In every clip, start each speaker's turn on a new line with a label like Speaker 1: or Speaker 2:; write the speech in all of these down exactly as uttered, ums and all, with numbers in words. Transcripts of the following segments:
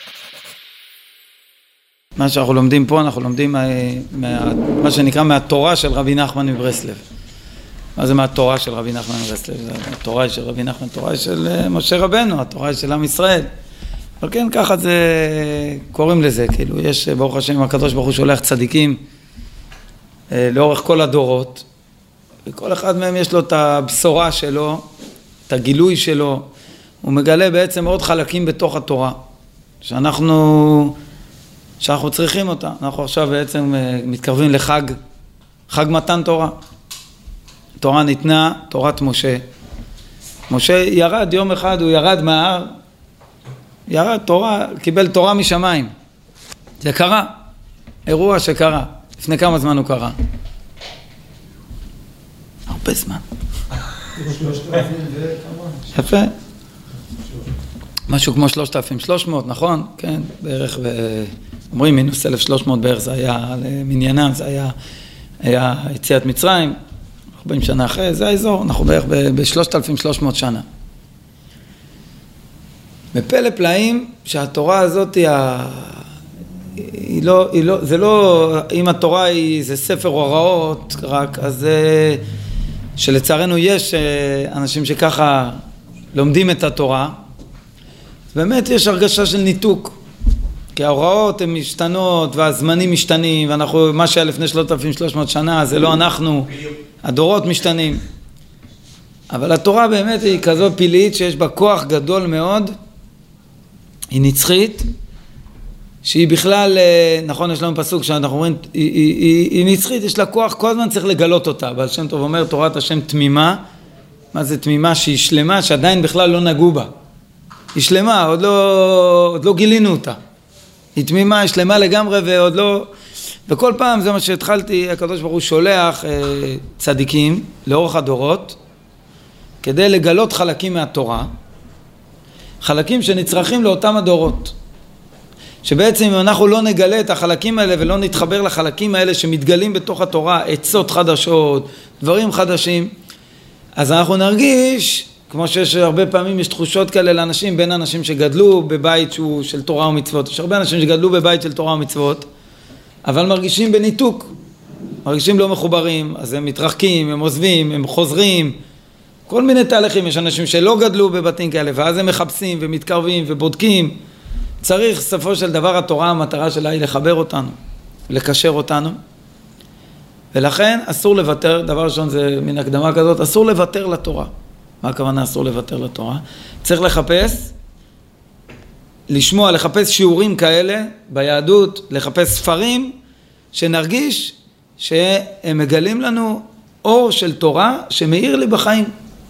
Speaker 1: מה שאנחנו לומדים פה, אנחנו לומדים מה, מה, מה שנקרא מהתורה של רבי נחמן מברסלב. מה זה מהתורה של רבי נחמן מברסלב? התורה של רבי נחמן, התורה של משה רבנו, התורה של עם ישראל. אבל כן, ככה זה, קוראים לזה, כאילו, יש, ברוך השם, הקדוש ברוך הוא שולח צדיקים לאורך כל הדורות, וכל אחד מהם יש לו את הבשורה שלו, את הגילוי שלו, הוא מגלה בעצם עוד חלקים בתוך התורה, שאנחנו, שאנחנו צריכים אותה. אנחנו עכשיו בעצם מתקרבים לחג, חג מתן תורה. תורה ניתנה, תורת משה. משה ירד יום אחד, הוא ירד מההר, ירד תורה, קיבל תורה משמיים. זה קרה, אירוע שקרה. לפני כמה זמן הוא קרה? הרבה זמן. יפה. משהו כמו שלושת אלפים ושלוש מאות, נכון? כן, בערך, אומרים מינוס אלף ושלוש מאות בערך, זה היה למניינם, זה היה, היה יציאת מצרים, ארבעים שנה אחרי, זה האזור, אנחנו בערך ב-שלושת אלפים ושלוש מאות שנה. בפלא פלאים שהתורה הזאת היא, היא לא, היא לא, זה לא, אם התורה היא, זה ספר הוראות רק, אז שלצערנו יש אנשים שככה לומדים את התורה, באמת יש הרגשה של ניתוק, כי ההוראות הן משתנות והזמנים משתנים, ואנחנו, מה שהיה לפני שלושת אלפים ושלוש מאות שנה, זה לא אנחנו, הדורות משתנים. אבל התורה באמת היא כזו פלאית שיש בה כוח גדול מאוד, היא נצחית, שהיא בכלל, נכון, יש לנו פסוק שאנחנו אומרים, היא, היא, היא, היא נצחית, יש לה כוח, כל הזמן צריך לגלות אותה. בעל שם טוב אומר, תורת השם תמימה, מה זה תמימה? שהיא שלמה, שעדיין בכלל לא נגעו בה. היא שלמה, עוד לא, עוד לא גילינו אותה. היא תמימה, היא שלמה לגמרי, ועוד לא, וכל פעם זה מה שהתחלתי, הקדוש ברוך הוא שולח אה, צדיקים לאורך הדורות, כדי לגלות חלקים מהתורה, חלקים שנצרכים לאותם הדורות. שבעצם אם אנחנו לא נגלה את החלקים האלה ולא נתחבר לחלקים האלה שמתגלים בתוך התורה, עצות חדשות, דברים חדשים, אז אנחנו נרגיש, כמו שיש הרבה פעמים יש תחושות כאלה לאנשים, בין אנשים שגדלו בבית שהוא של תורה ומצוות, יש הרבה אנשים שגדלו בבית של תורה ומצוות, אבל מרגישים בניתוק, מרגישים לא מחוברים, אז הם מתרחקים, הם עוזבים, הם חוזרים, כל מיני תהליכים. יש אנשים שלא גדלו בבתים כאלה, ואז הם מחפשים ומתקרבים ובודקים. צריך סופו של דבר התורה, המטרה שלה היא לחבר אותנו, לקשר אותנו, ולכן אסור לוותר, דבר ראשון זה מן הקדמה כזאת, אסור לוותר לתורה. מה הכוונה אסור לוותר לתורה? צריך לחפש, לשמוע, לחפש שיעורים כאלה ביהדות, לחפש ספרים שנרגיש שהם מגלים לנו אור של תורה שמאיר לי בחיים.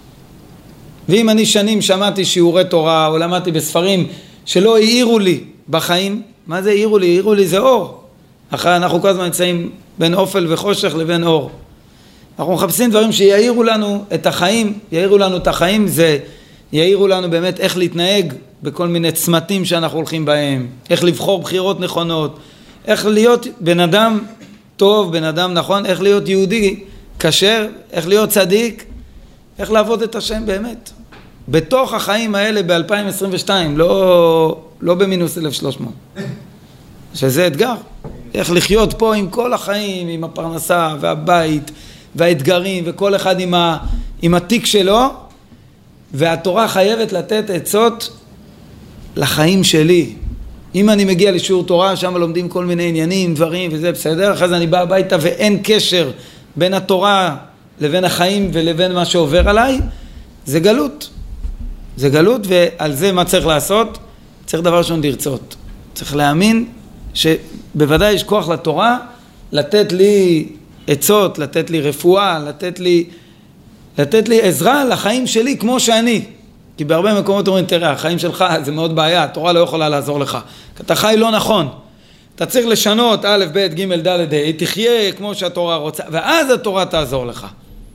Speaker 1: ואם אני שנים שמעתי שיעורי תורה או למדתי בספרים שלא העירו לי בחיים, מה זה העירו לי? העירו לי זה אור. אחרי אנחנו כל הזמן נמצאים בין אופל וחושך לבין אור. אנחנו מחפשים דברים שיעירו לנו את החיים, יעירו לנו את החיים, זה יעירו לנו באמת איך להתנהג בכל מיני צמתים שאנחנו הולכים בהם, איך לבחור בחירות נכונות, איך להיות בן אדם טוב, בן אדם נכון, איך להיות יהודי כשר, איך להיות צדיק, איך לעבוד את השם באמת. בתוך החיים האלה ב-אלפיים עשרים ושתיים, לא, לא במינוס אלף ושלוש מאות. שזה אתגר. איך לחיות פה עם כל החיים, עם הפרנסה והבית והאתגרים, וכל אחד עם, ה, עם התיק שלו, והתורה חייבת לתת עצות לחיים שלי. אם אני מגיע לשיעור תורה, שם לומדים כל מיני עניינים, דברים וזה בסדר, אחרי זה אני בא הביתה ואין קשר בין התורה לבין החיים ולבין מה שעובר עליי, זה גלות. זה גלות, ועל זה מה צריך לעשות? צריך דבר ראשון לרצות. צריך להאמין שבוודאי יש כוח לתורה, לתת לי עצות, לתת לי רפואה, לתת לי, לתת לי עזרה לחיים שלי כמו שאני. כי בהרבה מקומות אומרים, תראה, החיים שלך זה מאוד בעיה, התורה לא יכולה לעזור לך. כי אתה חי לא נכון. אתה צריך לשנות א', ב', ג', ד', ה', תחיה כמו שהתורה רוצה, ואז התורה תעזור לך.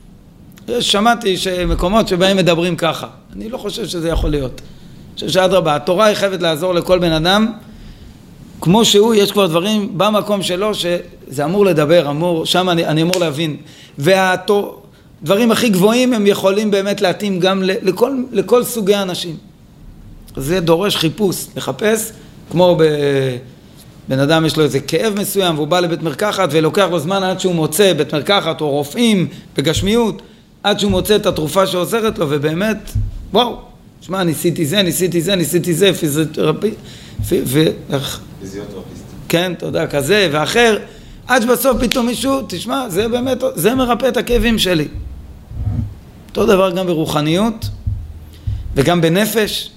Speaker 1: שמעתי שמקומות שבהם מדברים ככה. אני לא חושב שזה יכול להיות. אני חושב שאדרבה, התורה היא חייבת לעזור לכל בן אדם, כמו שהוא, יש כבר דברים במקום שלו שזה אמור לדבר, אמור, שם אני, אני אמור להבין. והדברים הכי גבוהים הם יכולים באמת להתאים גם לכל, לכל סוגי האנשים. זה דורש חיפוש, לחפש כמו ב... בן אדם יש לו איזה כאב מסוים והוא בא לבית מרקחת ולוקח לו זמן עד שהוא מוצא בית מרקחת או רופאים בגשמיות, עד שהוא מוצא את התרופה שעוזרת לו, ובאמת, וואו, שמע, ניסיתי זה, ניסיתי זה, ניסיתי זה, פיזיותרפי, ו...
Speaker 2: פיזיותרפיסט.
Speaker 1: כן, תודה, כזה ואחר, עד שבסוף פתאום מישהו, תשמע, זה באמת, זה מרפא את הכאבים שלי. אותו דבר גם ברוחניות וגם בנפש.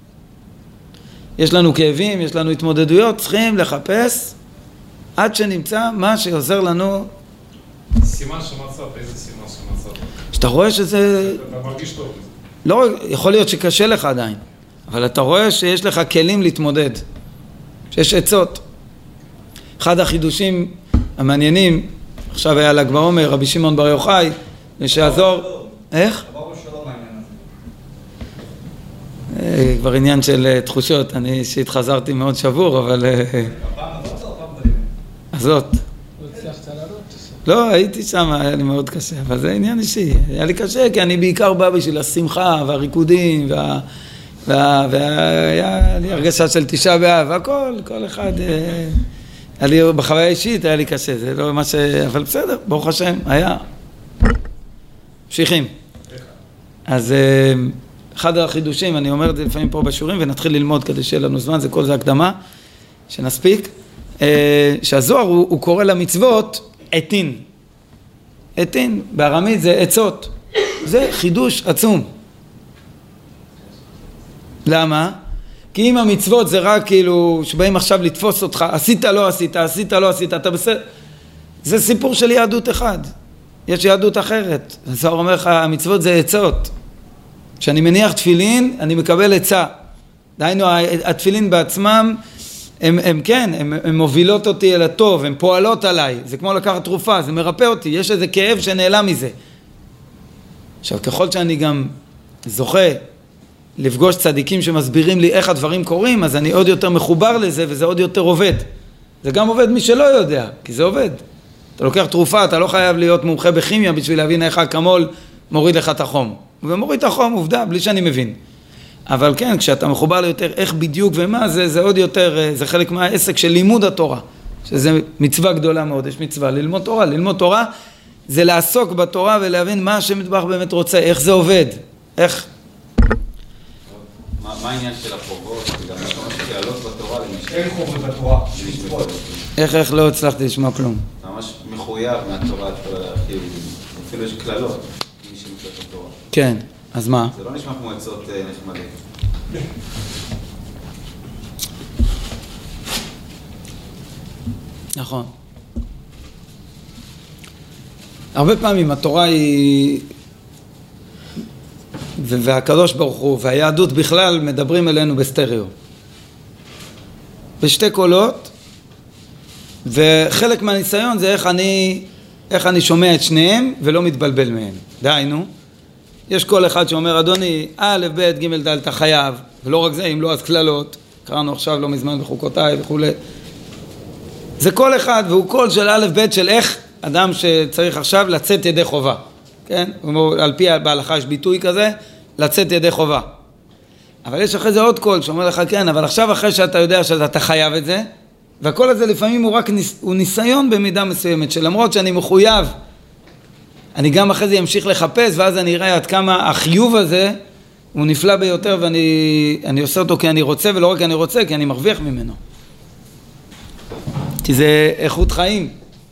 Speaker 1: יש לנו כאבים, יש לנו התמודדויות, צריכים לחפש עד שנמצא מה שעוזר לנו.
Speaker 3: סימן שמצאת, איזה סימן שמצאת?
Speaker 1: שאתה רואה שזה...
Speaker 3: אתה מרגיש טוב.
Speaker 1: לא, יכול להיות שקשה לך עדיין, אבל אתה רואה שיש לך כלים להתמודד, שיש עצות. אחד החידושים המעניינים, עכשיו היה ל"ג בעומר, רבי שמעון בר יוחאי, ושעזור... איך? כבר עניין של תחושות, אני שהתחזרתי מאוד שבור, אבל...
Speaker 2: הפעם הזאת או הפעם קודם?
Speaker 1: הזאת.
Speaker 3: לא הצלחת לעלות?
Speaker 1: לא, הייתי שם, היה לי מאוד קשה, אבל זה עניין אישי. היה לי קשה, כי אני בעיקר בא בשביל השמחה והריקודים, וה... וה... והיה לי הרגשה של תשעה באב, והכל, כל אחד... היה לי, בחוויה אישית היה לי קשה, זה לא מה ש... אבל בסדר, ברוך השם, היה. ממשיכים. אז אחד החידושים, אני אומר את זה לפעמים פה בשיעורים, ונתחיל ללמוד כדי שיהיה לנו זמן, זה כל זה הקדמה, שנספיק. שהזוהר הוא, הוא קורא למצוות עתין. עתין, בארמית זה עצות. זה חידוש עצום. למה? כי אם המצוות זה רק כאילו שבאים עכשיו לתפוס אותך, עשית לא עשית, עשית לא עשית, אתה בסדר. זה סיפור של יהדות אחד. יש יהדות אחרת. הזוהר אומר לך, המצוות זה עצות. כשאני מניח תפילין, אני מקבל עצה. דהיינו, התפילין בעצמם, הם, הם כן, הם, הם מובילות אותי אל הטוב, הם פועלות עליי. זה כמו לקחת תרופה, זה מרפא אותי. יש איזה כאב שנעלם מזה. עכשיו, ככל שאני גם זוכה לפגוש צדיקים שמסבירים לי איך הדברים קורים, אז אני עוד יותר מחובר לזה, וזה עוד יותר עובד. זה גם עובד מי שלא יודע, כי זה עובד. אתה לוקח תרופה, אתה לא חייב להיות מומחה בכימיה בשביל להבין איך האקמול מוריד לך את החום. ומוריד את החום, עובדה, בלי שאני מבין. אבל כן, כשאתה מחובר ליותר איך בדיוק ומה, זה, זה עוד יותר, זה חלק מהעסק של לימוד התורה, שזה מצווה גדולה מאוד. יש מצווה ללמוד תורה. ללמוד תורה זה לעסוק בתורה ולהבין מה השם יתברך באמת רוצה, איך זה עובד, איך...
Speaker 2: מה העניין של החובות? גם יש ממש קללות בתורה למשל.
Speaker 3: אין חובות בתורה.
Speaker 1: איך, איך לא הצלחתי לשמוע כלום?
Speaker 2: אתה ממש מחויב מהתורה, אפילו יש קללות מי שמקלט בתורה.
Speaker 1: כן, אז מה?
Speaker 2: זה לא נשמע כמו עצות נחמדים.
Speaker 1: נכון. הרבה פעמים התורה היא... והקדוש ברוך הוא והיהדות בכלל מדברים אלינו בסטריאו. בשתי קולות, וחלק מהניסיון זה איך אני, איך אני שומע את שניהם ולא מתבלבל מהם. דהיינו, יש כל אחד שאומר, אדוני, א', ב', ג', ד', אתה חייב, ולא רק זה, אם לא אז כללות, קראנו עכשיו לא מזמן בחוקותיי וכו'. זה כל אחד, והוא קול של א', ב', של איך אדם שצריך עכשיו לצאת ידי חובה. כן? על פי בהלכה יש ביטוי כזה, לצאת ידי חובה. אבל יש אחרי זה עוד קול שאומר לך, כן, אבל עכשיו אחרי שאתה יודע שאתה חייב את זה, והקול הזה לפעמים הוא רק ניס, הוא ניסיון במידה מסוימת, שלמרות שאני מחויב, אני גם אחרי זה אמשיך לחפש, ואז אני אראה עד כמה החיוב הזה הוא נפלא ביותר, ואני אני עושה אותו כי אני רוצה, ולא רק כי אני רוצה, כי אני מרוויח ממנו. כי זה איכות חיים.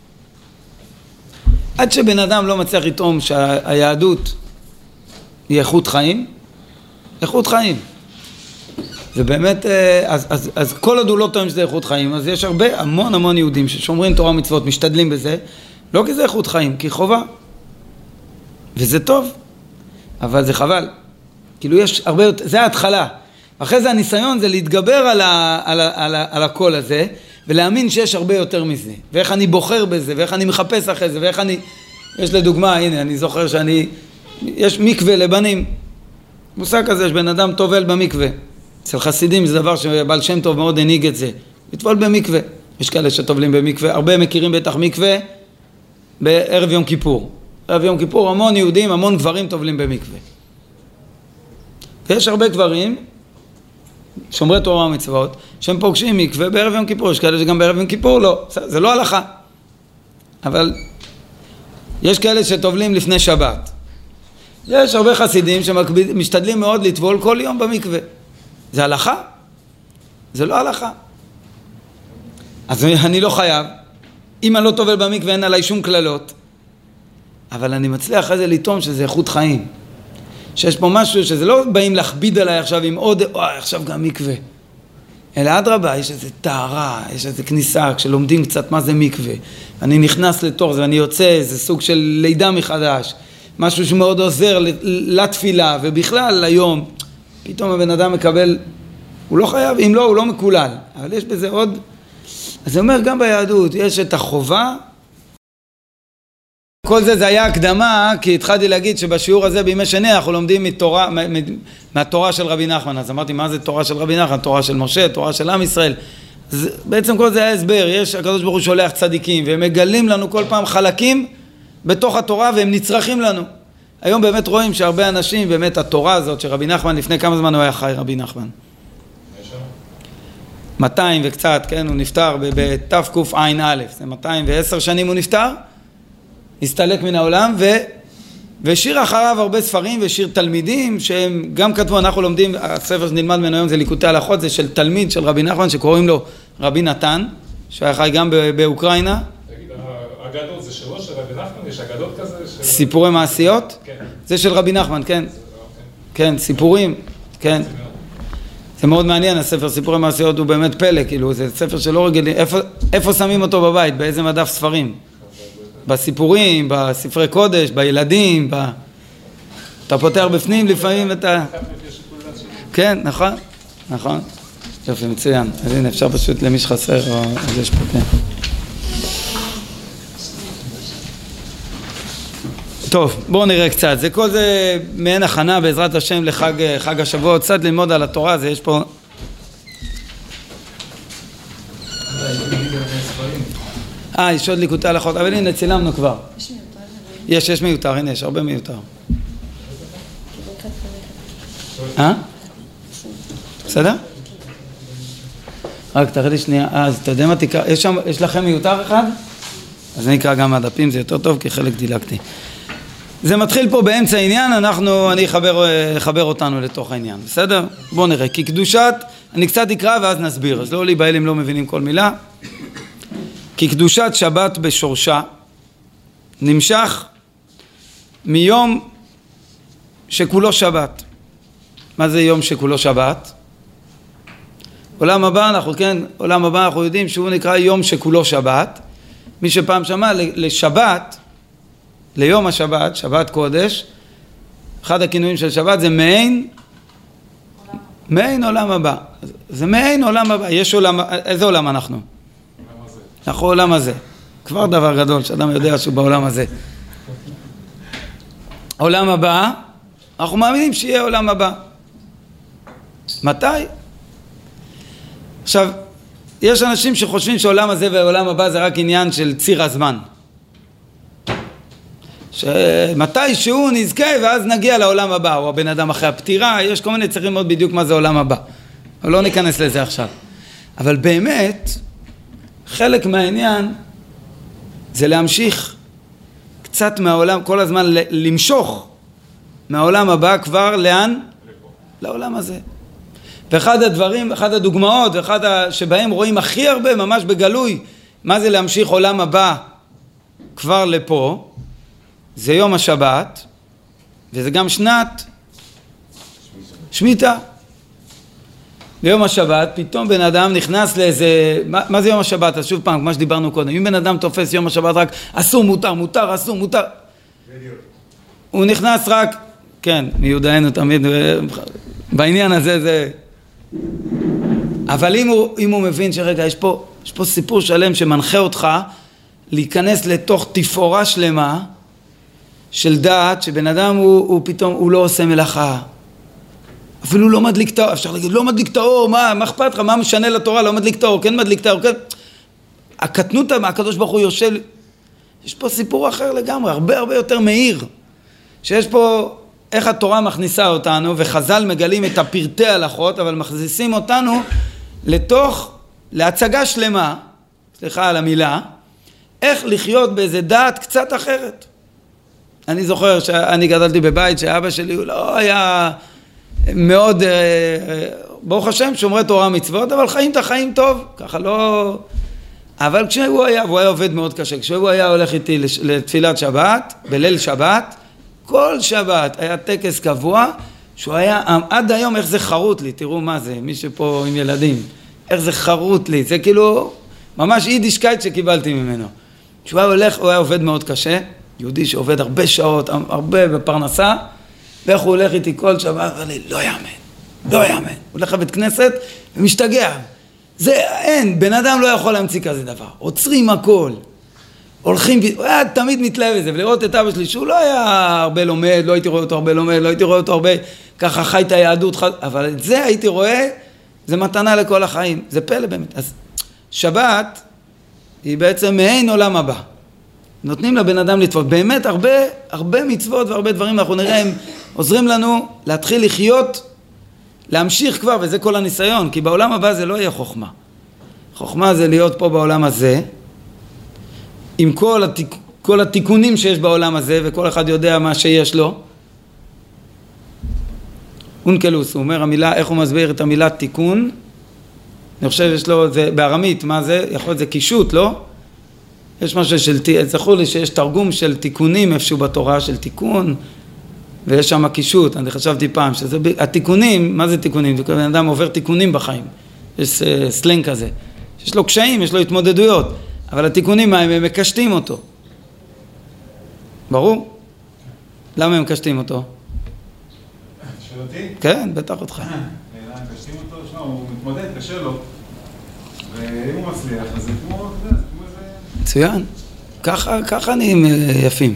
Speaker 1: עד שבן אדם לא מצליח לטעום שהיהדות היא איכות חיים, איכות חיים. ובאמת, אז, אז, אז כל עוד הוא לא טועם שזה איכות חיים, אז יש הרבה, המון המון יהודים ששומרים תורה ומצוות, משתדלים בזה, לא כי זה איכות חיים, כי חובה. וזה טוב, אבל זה חבל. כאילו יש הרבה יותר, זה ההתחלה. אחרי זה הניסיון זה להתגבר על, ה, על, ה, על, ה, על הקול הזה, ולהאמין שיש הרבה יותר מזה, ואיך אני בוחר בזה, ואיך אני מחפש אחרי זה, ואיך אני... יש לדוגמה, הנה, אני זוכר שאני... יש מקווה לבנים. מושג כזה, יש בן אדם טובל במקווה. אצל חסידים זה דבר שבעל שם טוב מאוד הנהיג את זה. לטבול במקווה. יש כאלה שטובלים במקווה, הרבה מכירים בטח מקווה בערב יום כיפור. ערב יום כיפור המון יהודים, המון גברים טובלים במקווה. ויש הרבה גברים, שומרי תורה ומצוות, שהם פוגשים מקווה בערב יום כיפור, יש כאלה שגם בערב יום כיפור לא, זה לא הלכה. אבל יש כאלה שטובלים לפני שבת. יש הרבה חסידים שמשתדלים מאוד לטבול כל יום במקווה. זה הלכה? זה לא הלכה. אז אני לא חייב. אם אני לא טובל במקווה אין עליי שום כללות. אבל אני מצליח אחרי זה לטעום שזה איכות חיים. שיש פה משהו שזה לא באים להכביד עליי עכשיו עם עוד, וואי, עכשיו גם מקווה. אלא אדרבה, יש איזו טהרה, יש איזו כניסה, כשלומדים קצת מה זה מקווה. אני נכנס לתוך זה ואני יוצא, זה סוג של לידה מחדש. משהו שמאוד עוזר לתפילה, ובכלל היום, פתאום הבן אדם מקבל, הוא לא חייב, אם לא, הוא לא מקולל. אבל יש בזה עוד, אז זה אומר גם ביהדות, יש את החובה, כל זה זה היה הקדמה, כי התחלתי להגיד שבשיעור הזה בימי שני אנחנו לומדים מתורה, מהתורה של רבי נחמן. אז אמרתי, מה זה תורה של רבי נחמן? תורה של משה, תורה של עם ישראל. אז בעצם כל זה היה הסבר, יש, הקדוש ברוך הוא שולח צדיקים, והם מגלים לנו כל פעם חלקים בתוך התורה, והם נצרכים לנו. היום באמת רואים שהרבה אנשים, באמת התורה הזאת, שרבי נחמן, לפני כמה זמן הוא היה חי, רבי נחמן? מאתיים וקצת, כן, הוא נפטר בתקע"א, זה מאתיים ועשר שנים הוא נפטר, הסתלק מן העולם, ו... ושיר אחריו הרבה ספרים ושיר תלמידים, שהם גם כתבו, אנחנו לומדים, הספר שנלמד ממנו היום זה ליקוטי הלכות, זה של תלמיד של רבי נחמן, שקוראים לו רבי נתן, שהיה חי גם באוקראינה.
Speaker 3: תגיד, האגדות זה שלו של רבי נחמן? יש אגדות כזה? של...
Speaker 1: סיפורי מעשיות? כן. זה של רבי נחמן, כן. זה, כן, סיפורים, כן. זה מאוד מעניין, הספר סיפורי מעשיות הוא באמת פלא, כאילו, זה ספר שלא רגילים, איפה, איפה שמים אותו בבית, באיזה מדף ספרים? בסיפורים, בספרי קודש, בילדים, ב... אתה פותח בפנים לפעמים את ה... כן, נכון, נכון. יופי, מצוין. אז הנה, אפשר פשוט למי שחסר, או אז יש פה, כן. טוב, בואו נראה קצת. זה כל זה מעין הכנה בעזרת השם לחג חג השבוע. קצת ללמוד על התורה, זה יש פה... אה, יש עוד ליקוטי הלכות, אבל הנה, צילמנו כבר. יש מיותר. יש, יש מיותר, הנה, יש הרבה מיותר. אה? בסדר? רק תראה לי שנייה, אז אתה יודע מה תקרא, יש, שם, יש לכם מיותר אחד? אז אני אקרא גם מהדפים, זה יותר טוב, כי חלק דילגתי. זה מתחיל פה באמצע העניין, אנחנו, אני אחבר, אחבר אותנו לתוך העניין, בסדר? בואו נראה, כי קדושת, אני קצת אקרא ואז נסביר, אז לא להיבהל אם לא מבינים כל מילה. כי קדושת שבת בשורשה נמשך מיום שכולו שבת. מה זה יום שכולו שבת? עולם הבא, אנחנו כן, עולם הבא אנחנו יודעים שהוא נקרא יום שכולו שבת. מי שפעם שמע לשבת, ליום השבת, שבת קודש, אחד הכינויים של שבת זה מעין, מעין עולם הבא. זה מעין עולם הבא. יש עולם, איזה עולם אנחנו? אנחנו עולם הזה. כבר דבר גדול שאדם יודע שהוא בעולם הזה. עולם הבא, אנחנו מאמינים שיהיה עולם הבא. מתי? עכשיו, יש אנשים שחושבים שעולם הזה והעולם הבא זה רק עניין של ציר הזמן. שמתי שהוא נזכה ואז נגיע לעולם הבא, או הבן אדם אחרי הפטירה, יש כל מיני צריכים מאוד בדיוק מה זה עולם הבא. אבל לא ניכנס לזה עכשיו. אבל באמת, חלק מהעניין זה להמשיך קצת מהעולם, כל הזמן למשוך מהעולם הבא כבר לאן? לעולם הזה. ואחד הדברים, אחד הדוגמאות, ואחד שבהם רואים הכי הרבה ממש בגלוי, מה זה להמשיך עולם הבא כבר לפה, זה יום השבת, וזה גם שנת שמיטה. ביום השבת, פתאום בן אדם נכנס לאיזה... מה, מה זה יום השבת? אז שוב פעם, כמו שדיברנו קודם, אם בן אדם תופס יום השבת רק אסור, מותר, מותר, אסור, מותר. בדיוק. הוא נכנס רק... כן, מיודענו תמיד, בעניין הזה זה... אבל אם הוא, אם הוא מבין שרגע, יש פה, יש פה סיפור שלם שמנחה אותך להיכנס לתוך תפאורה שלמה של דעת, שבן אדם הוא, הוא פתאום, הוא לא עושה מלאכה. אפילו לא מדליק את האור, אפשר להגיד, לא מדליק את האור, מה, מה אכפת לך, מה משנה לתורה, לא מדליק את האור, כן מדליק את האור, כן. הקטנות, הקדוש ברוך הוא יושב, יש פה סיפור אחר לגמרי, הרבה הרבה יותר מהיר, שיש פה איך התורה מכניסה אותנו, וחז"ל מגלים את הפרטי הלכות, אבל מכניסים אותנו לתוך, להצגה שלמה, סליחה על המילה, איך לחיות באיזה דעת קצת אחרת. אני זוכר שאני גדלתי בבית שאבא שלי הוא לא היה מאוד, ברוך השם, שומרי תורה מצוות, אבל חיים את החיים טוב, ככה לא... אבל כשהוא היה, והוא היה עובד מאוד קשה, כשהוא היה הולך איתי לתפילת שבת, בליל שבת, כל שבת היה טקס קבוע, שהוא היה, עד היום איך זה חרוט לי, תראו מה זה, מי שפה עם ילדים, איך זה חרוט לי, זה כאילו ממש יידישקייט שקיבלתי ממנו. כשהוא היה הולך, הוא היה עובד מאוד קשה, יהודי שעובד הרבה שעות, הרבה בפרנסה, ואיך הוא הולך איתי כל שבת, ואומר לי, לא יאמן, לא יאמן. הוא הולך לבית כנסת ומשתגע. זה, אין, בן אדם לא יכול להמציא כזה דבר. עוצרים הכל. הולכים, הוא היה תמיד מתלהב בזה, ולראות את אבא שלי, שהוא לא היה הרבה לומד, לא הייתי רואה אותו הרבה לומד, לא הייתי רואה אותו הרבה, ככה חי את היהדות, אבל את זה הייתי רואה, זה מתנה לכל החיים. זה פלא באמת. אז שבת היא בעצם מעין עולם הבא. נותנים לבן אדם לתפות. באמת הרבה, הרבה מצוות והרבה דברים, אנחנו נראה, הם עוזרים לנו להתחיל לחיות, להמשיך כבר, וזה כל הניסיון, כי בעולם הבא זה לא יהיה חוכמה. חוכמה זה להיות פה בעולם הזה, עם כל, התיק, כל התיקונים שיש בעולם הזה, וכל אחד יודע מה שיש לו. אונקלוס, הוא אומר המילה, איך הוא מסביר את המילה תיקון? אני חושב יש לו, זה בארמית, מה זה? יכול להיות זה קישוט, לא? יש משהו של, זכור לי שיש תרגום של תיקונים איפשהו בתורה של תיקון, ויש שם קישוט, אני חשבתי פעם, שזה, התיקונים, מה זה תיקונים? זה בן אדם עובר תיקונים בחיים, יש סלנג כזה, יש לו קשיים, יש לו התמודדויות, אבל התיקונים הם, הם מקשטים אותו. ברור? למה הם מקשטים אותו?
Speaker 4: שואל אותי?
Speaker 1: כן, בטח אותך.
Speaker 4: למה הם מקשטים אותו? שמע, הוא מתמודד, קשה לו, ואם הוא מצליח, אז זה כמו, אתה יודע, זה כמו איזה...
Speaker 1: מצוין. ככה, ככה נהיים יפים.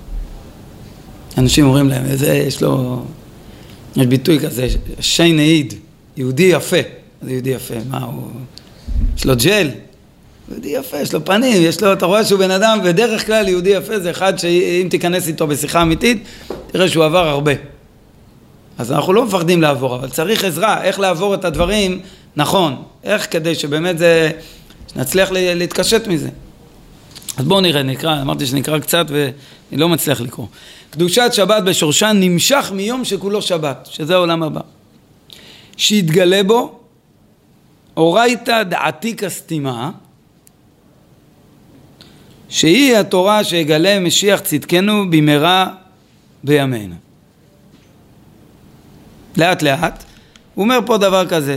Speaker 1: אנשים אומרים להם, איזה, יש לו, יש ביטוי כזה, שי נעיד, יהודי יפה. זה יהודי יפה, מה הוא, יש לו ג'ל, יהודי יפה, יש לו פנים, יש לו, אתה רואה שהוא בן אדם, בדרך כלל יהודי יפה זה אחד שאם תיכנס איתו בשיחה אמיתית, תראה שהוא עבר הרבה. אז אנחנו לא מפחדים לעבור, אבל צריך עזרה, איך לעבור את הדברים נכון, איך כדי שבאמת זה, שנצליח להתקשט מזה. אז בואו נראה, נקרא, אמרתי שנקרא קצת ואני לא מצליח לקרוא. קדושת שבת בשורשה נמשך מיום שכולו שבת, שזה העולם הבא. שיתגלה בו, אורייתא דעתיקא סתימה, שהיא התורה שיגלה משיח צדקנו במהרה בימינו. לאט לאט, הוא אומר פה דבר כזה,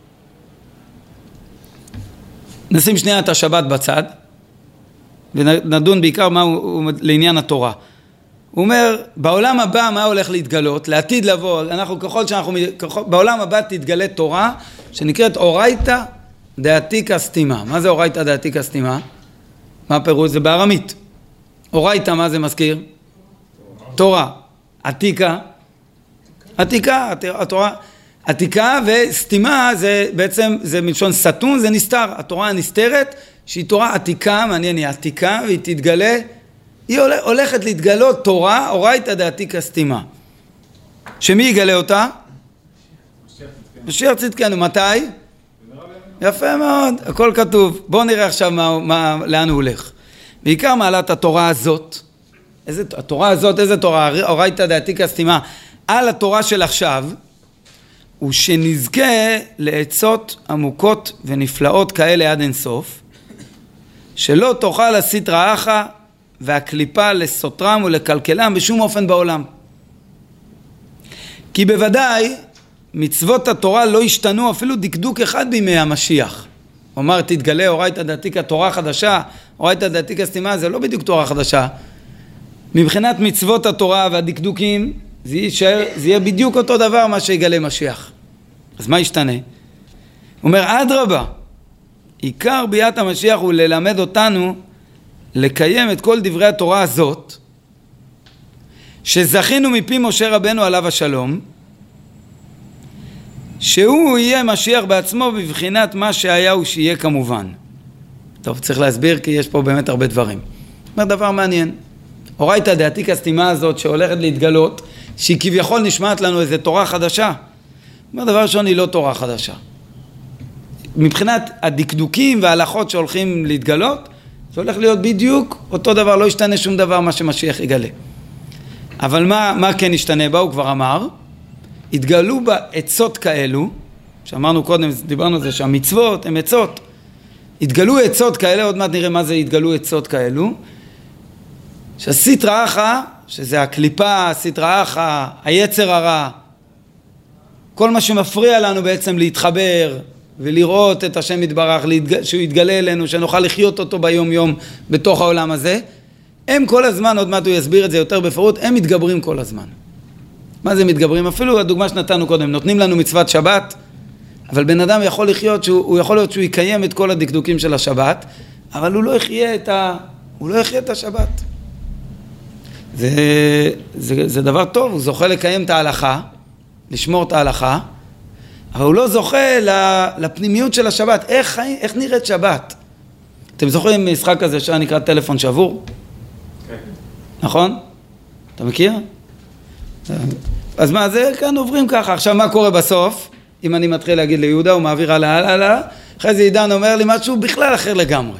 Speaker 1: נשים שנייה את השבת בצד, ונדון בעיקר מה הוא, לעניין התורה. הוא אומר, בעולם הבא מה הולך להתגלות? לעתיד לבוא, אנחנו ככל שאנחנו, ככל, בעולם הבא תתגלה תורה, שנקראת אורייתא דעתיקא סתימה. מה זה אורייתא דעתיקא סתימה? מה הפירוש? זה בארמית. אורייתא, מה זה מזכיר? תורה. עתיקה. עתיקה, התורה. עתיקה וסתימה זה בעצם, זה מלשון סתום, זה נסתר. התורה הנסתרת, שהיא תורה עתיקה, מעניין, היא עתיקה, והיא תתגלה, היא הולכת להתגלות תורה, אורייתא דעתיקא סתימה. שמי יגלה אותה? משיח צדקנו. מתי? יפה מאוד, הכל כתוב. בואו נראה עכשיו מה, מה, לאן הוא הולך. בעיקר מעלת התורה הזאת, איזה, התורה הזאת, איזה תורה? אורייתא דעתיקא סתימה, על התורה של עכשיו, הוא שנזכה לעצות עמוקות ונפלאות כאלה עד אינסוף, שלא תוכל להסית רעך והקליפה לסותרם ולקלקלם בשום אופן בעולם. כי בוודאי מצוות התורה לא השתנו אפילו דקדוק אחד בימי המשיח. הוא אמר, תתגלה אורייתא דעתיקא תורה חדשה, אורייתא דעתיקא סתימה, זה לא בדיוק תורה חדשה. מבחינת מצוות התורה והדקדוקים, זה יהיה, זה יהיה בדיוק אותו דבר מה שיגלה משיח. אז מה ישתנה? הוא אומר, אדרבה, עיקר ביאת המשיח הוא ללמד אותנו לקיים את כל דברי התורה הזאת, שזכינו מפי משה רבנו עליו השלום, שהוא יהיה משיח בעצמו בבחינת מה שהיה ושיהיה כמובן. טוב, צריך להסביר כי יש פה באמת הרבה דברים. אומר דבר מעניין. אורייתא דעתיקא סתימה הזאת שהולכת להתגלות, שהיא כביכול נשמעת לנו איזו תורה חדשה. אומר דבר ראשון, היא לא תורה חדשה. מבחינת הדקדוקים וההלכות שהולכים להתגלות, זה הולך להיות בדיוק אותו דבר, לא ישתנה שום דבר מה שמשיח יגלה. אבל מה, מה כן ישתנה בה? הוא כבר אמר, התגלו בה עצות כאלו, שאמרנו קודם, דיברנו על זה שהמצוות הן עצות, התגלו עצות כאלה, עוד מעט נראה מה זה התגלו עצות כאלו, שהסטרא אחרא, שזה הקליפה, הסטרא אחרא, היצר הרע, כל מה שמפריע לנו בעצם להתחבר ולראות את השם יתברך, שהוא יתגלה אלינו, שנוכל לחיות אותו ביום יום בתוך העולם הזה, הם כל הזמן, עוד מעט הוא יסביר את זה יותר בפירוט, הם מתגברים כל הזמן. מה זה מתגברים? אפילו הדוגמה שנתנו קודם, נותנים לנו מצוות שבת, אבל בן אדם יכול לחיות, שהוא, הוא יכול להיות שהוא יקיים את כל הדקדוקים של השבת, אבל הוא לא יחיה את, ה, הוא לא יחיה את השבת. זה, זה, זה דבר טוב, הוא זוכה לקיים את ההלכה, לשמור את ההלכה, אבל הוא לא זוכה לפנימיות של השבת. איך, איך נראית שבת? אתם זוכרים משחק הזה שנקרא טלפון שבור? כן. נכון? אתה מכיר? אז מה זה? כאן עוברים ככה. עכשיו מה קורה בסוף? אם אני מתחיל להגיד ליהודה, הוא מעביר הלאה, הלאה, הלאה. אחרי זה עידן אומר לי משהו בכלל אחר לגמרי.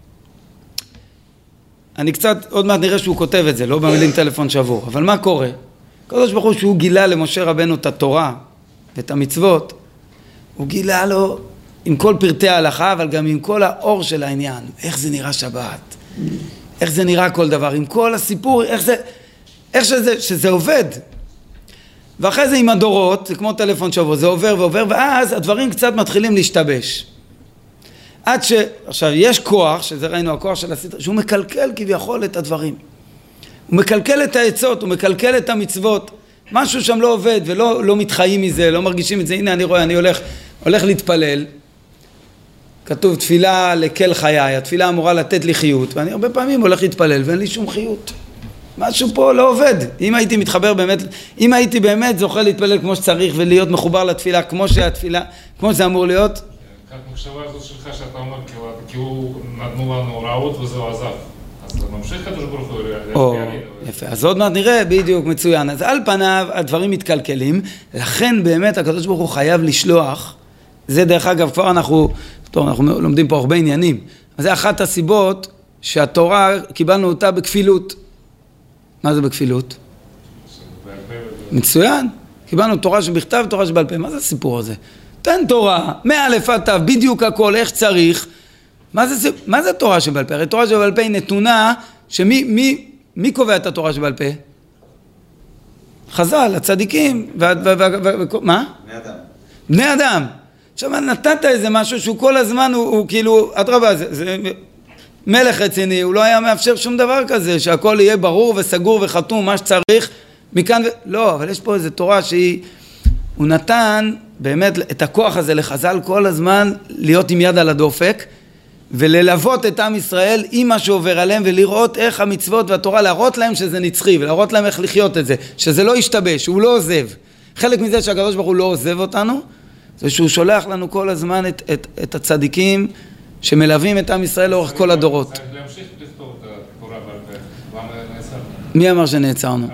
Speaker 1: אני קצת, עוד מעט נראה שהוא כותב את זה, לא במילים טלפון שבור. אבל מה קורה? הקדוש ברוך הוא שהוא גילה למשה רבנו את התורה ואת המצוות, הוא גילה לו עם כל פרטי ההלכה, אבל גם עם כל האור של העניין. איך זה נראה שבת? איך זה נראה כל דבר? עם כל הסיפור, איך זה, איך שזה, שזה עובד. ואחרי זה עם הדורות, זה כמו טלפון שבור, זה עובר ועובר, ואז הדברים קצת מתחילים להשתבש. עד ש... עכשיו, יש כוח, שזה ראינו, הכוח של הסטרא, שהוא מקלקל כביכול את הדברים. הוא מקלקל את העצות, הוא מקלקל את המצוות. משהו שם לא עובד ולא לא מתחיים מזה, לא מרגישים את זה. הנה אני רואה, אני הולך, הולך להתפלל. כתוב תפילה לכל חיי, התפילה אמורה לתת לי חיות, ואני הרבה פעמים הולך להתפלל ואין לי שום חיות. משהו פה לא עובד. אם הייתי מתחבר באמת, אם הייתי באמת זוכה להתפלל כמו שצריך ולהיות מחובר לתפילה כמו שהתפילה, כמו שזה אמור להיות.
Speaker 3: как מחשבה הזאת שלך שאתה אומר, כי הוא נתנו לנו הוראות וזהו עזב. אז זה ממשיך הקדוש ברוך הוא.
Speaker 1: יפה, אז עוד מעט נראה, בדיוק, מצוין. אז על פניו הדברים מתקלקלים, לכן באמת הקדוש ברוך הוא חייב לשלוח, זה דרך אגב כבר אנחנו, טוב, אנחנו לומדים פה הרבה עניינים, אז זה אחת הסיבות שהתורה קיבלנו אותה בכפילות. מה זה בכפילות? מצוין, קיבלנו תורה שבכתב, תורה שבעל פה, מה זה הסיפור הזה? תן תורה, מאלף עד תו, בדיוק הכל, איך צריך. מה זה, מה זה תורה שבעל פה? הרי תורה שבעל פה היא נתונה, שמי מי, מי קובע את התורה שבעל פה? חז"ל, הצדיקים, ו, ו, ו, ו, ו, מה?
Speaker 2: בני אדם.
Speaker 1: בני אדם. עכשיו, נתת איזה משהו שהוא כל הזמן, הוא, הוא כאילו, אדרבה, זה, זה מלך רציני, הוא לא היה מאפשר שום דבר כזה, שהכל יהיה ברור וסגור וחתום, מה שצריך, מכאן ו... לא, אבל יש פה איזו תורה שהיא, הוא נתן באמת את הכוח הזה לחז"ל כל הזמן להיות עם יד על הדופק, וללוות את עם ישראל עם מה שעובר עליהם, ולראות איך המצוות והתורה, להראות להם שזה נצחי, ולהראות להם איך לחיות את זה, שזה לא ישתבש, שהוא לא עוזב. חלק מזה שהקדוש ברוך הוא לא עוזב אותנו, זה שהוא שולח לנו כל הזמן את, את, את הצדיקים, שמלווים את עם ישראל לאורך כל הדורות.
Speaker 3: צריך להמשיך לכתוב את התורה בעל פה. למה נעצרנו?
Speaker 1: מי אמר שנעצרנו?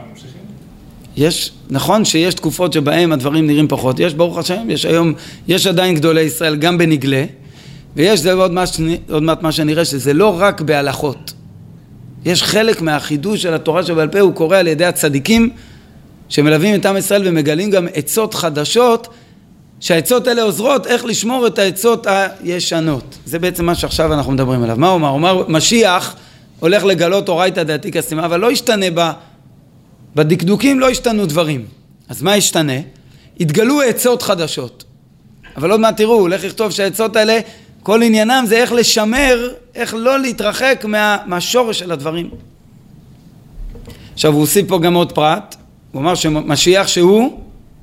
Speaker 1: יש, נכון שיש תקופות שבהם הדברים נראים פחות, יש ברוך השם, יש היום, יש עדיין גדולי ישראל גם בנגלה, ויש זה עוד מעט, עוד מעט מה שנראה שזה לא רק בהלכות. יש חלק מהחידוש של התורה שבעל פה, הוא קורא על ידי הצדיקים שמלווים את עם ישראל ומגלים גם עצות חדשות, שהעצות האלה עוזרות איך לשמור את העצות הישנות. זה בעצם מה שעכשיו אנחנו מדברים עליו. מה הוא אומר? הוא אומר, משיח הולך לגלות אורייתא דעתיקא סתימה, אבל לא ישתנה בה, בדקדוקים לא ישתנו דברים. אז מה ישתנה? התגלו עצות חדשות. אבל עוד מעט תראו, הוא הולך לכתוב שהעצות האלה, כל עניינם זה איך לשמר, איך לא להתרחק מה, מהשורש של הדברים. עכשיו הוא הוסיף פה גם עוד פרט, הוא אמר שמשיח שהוא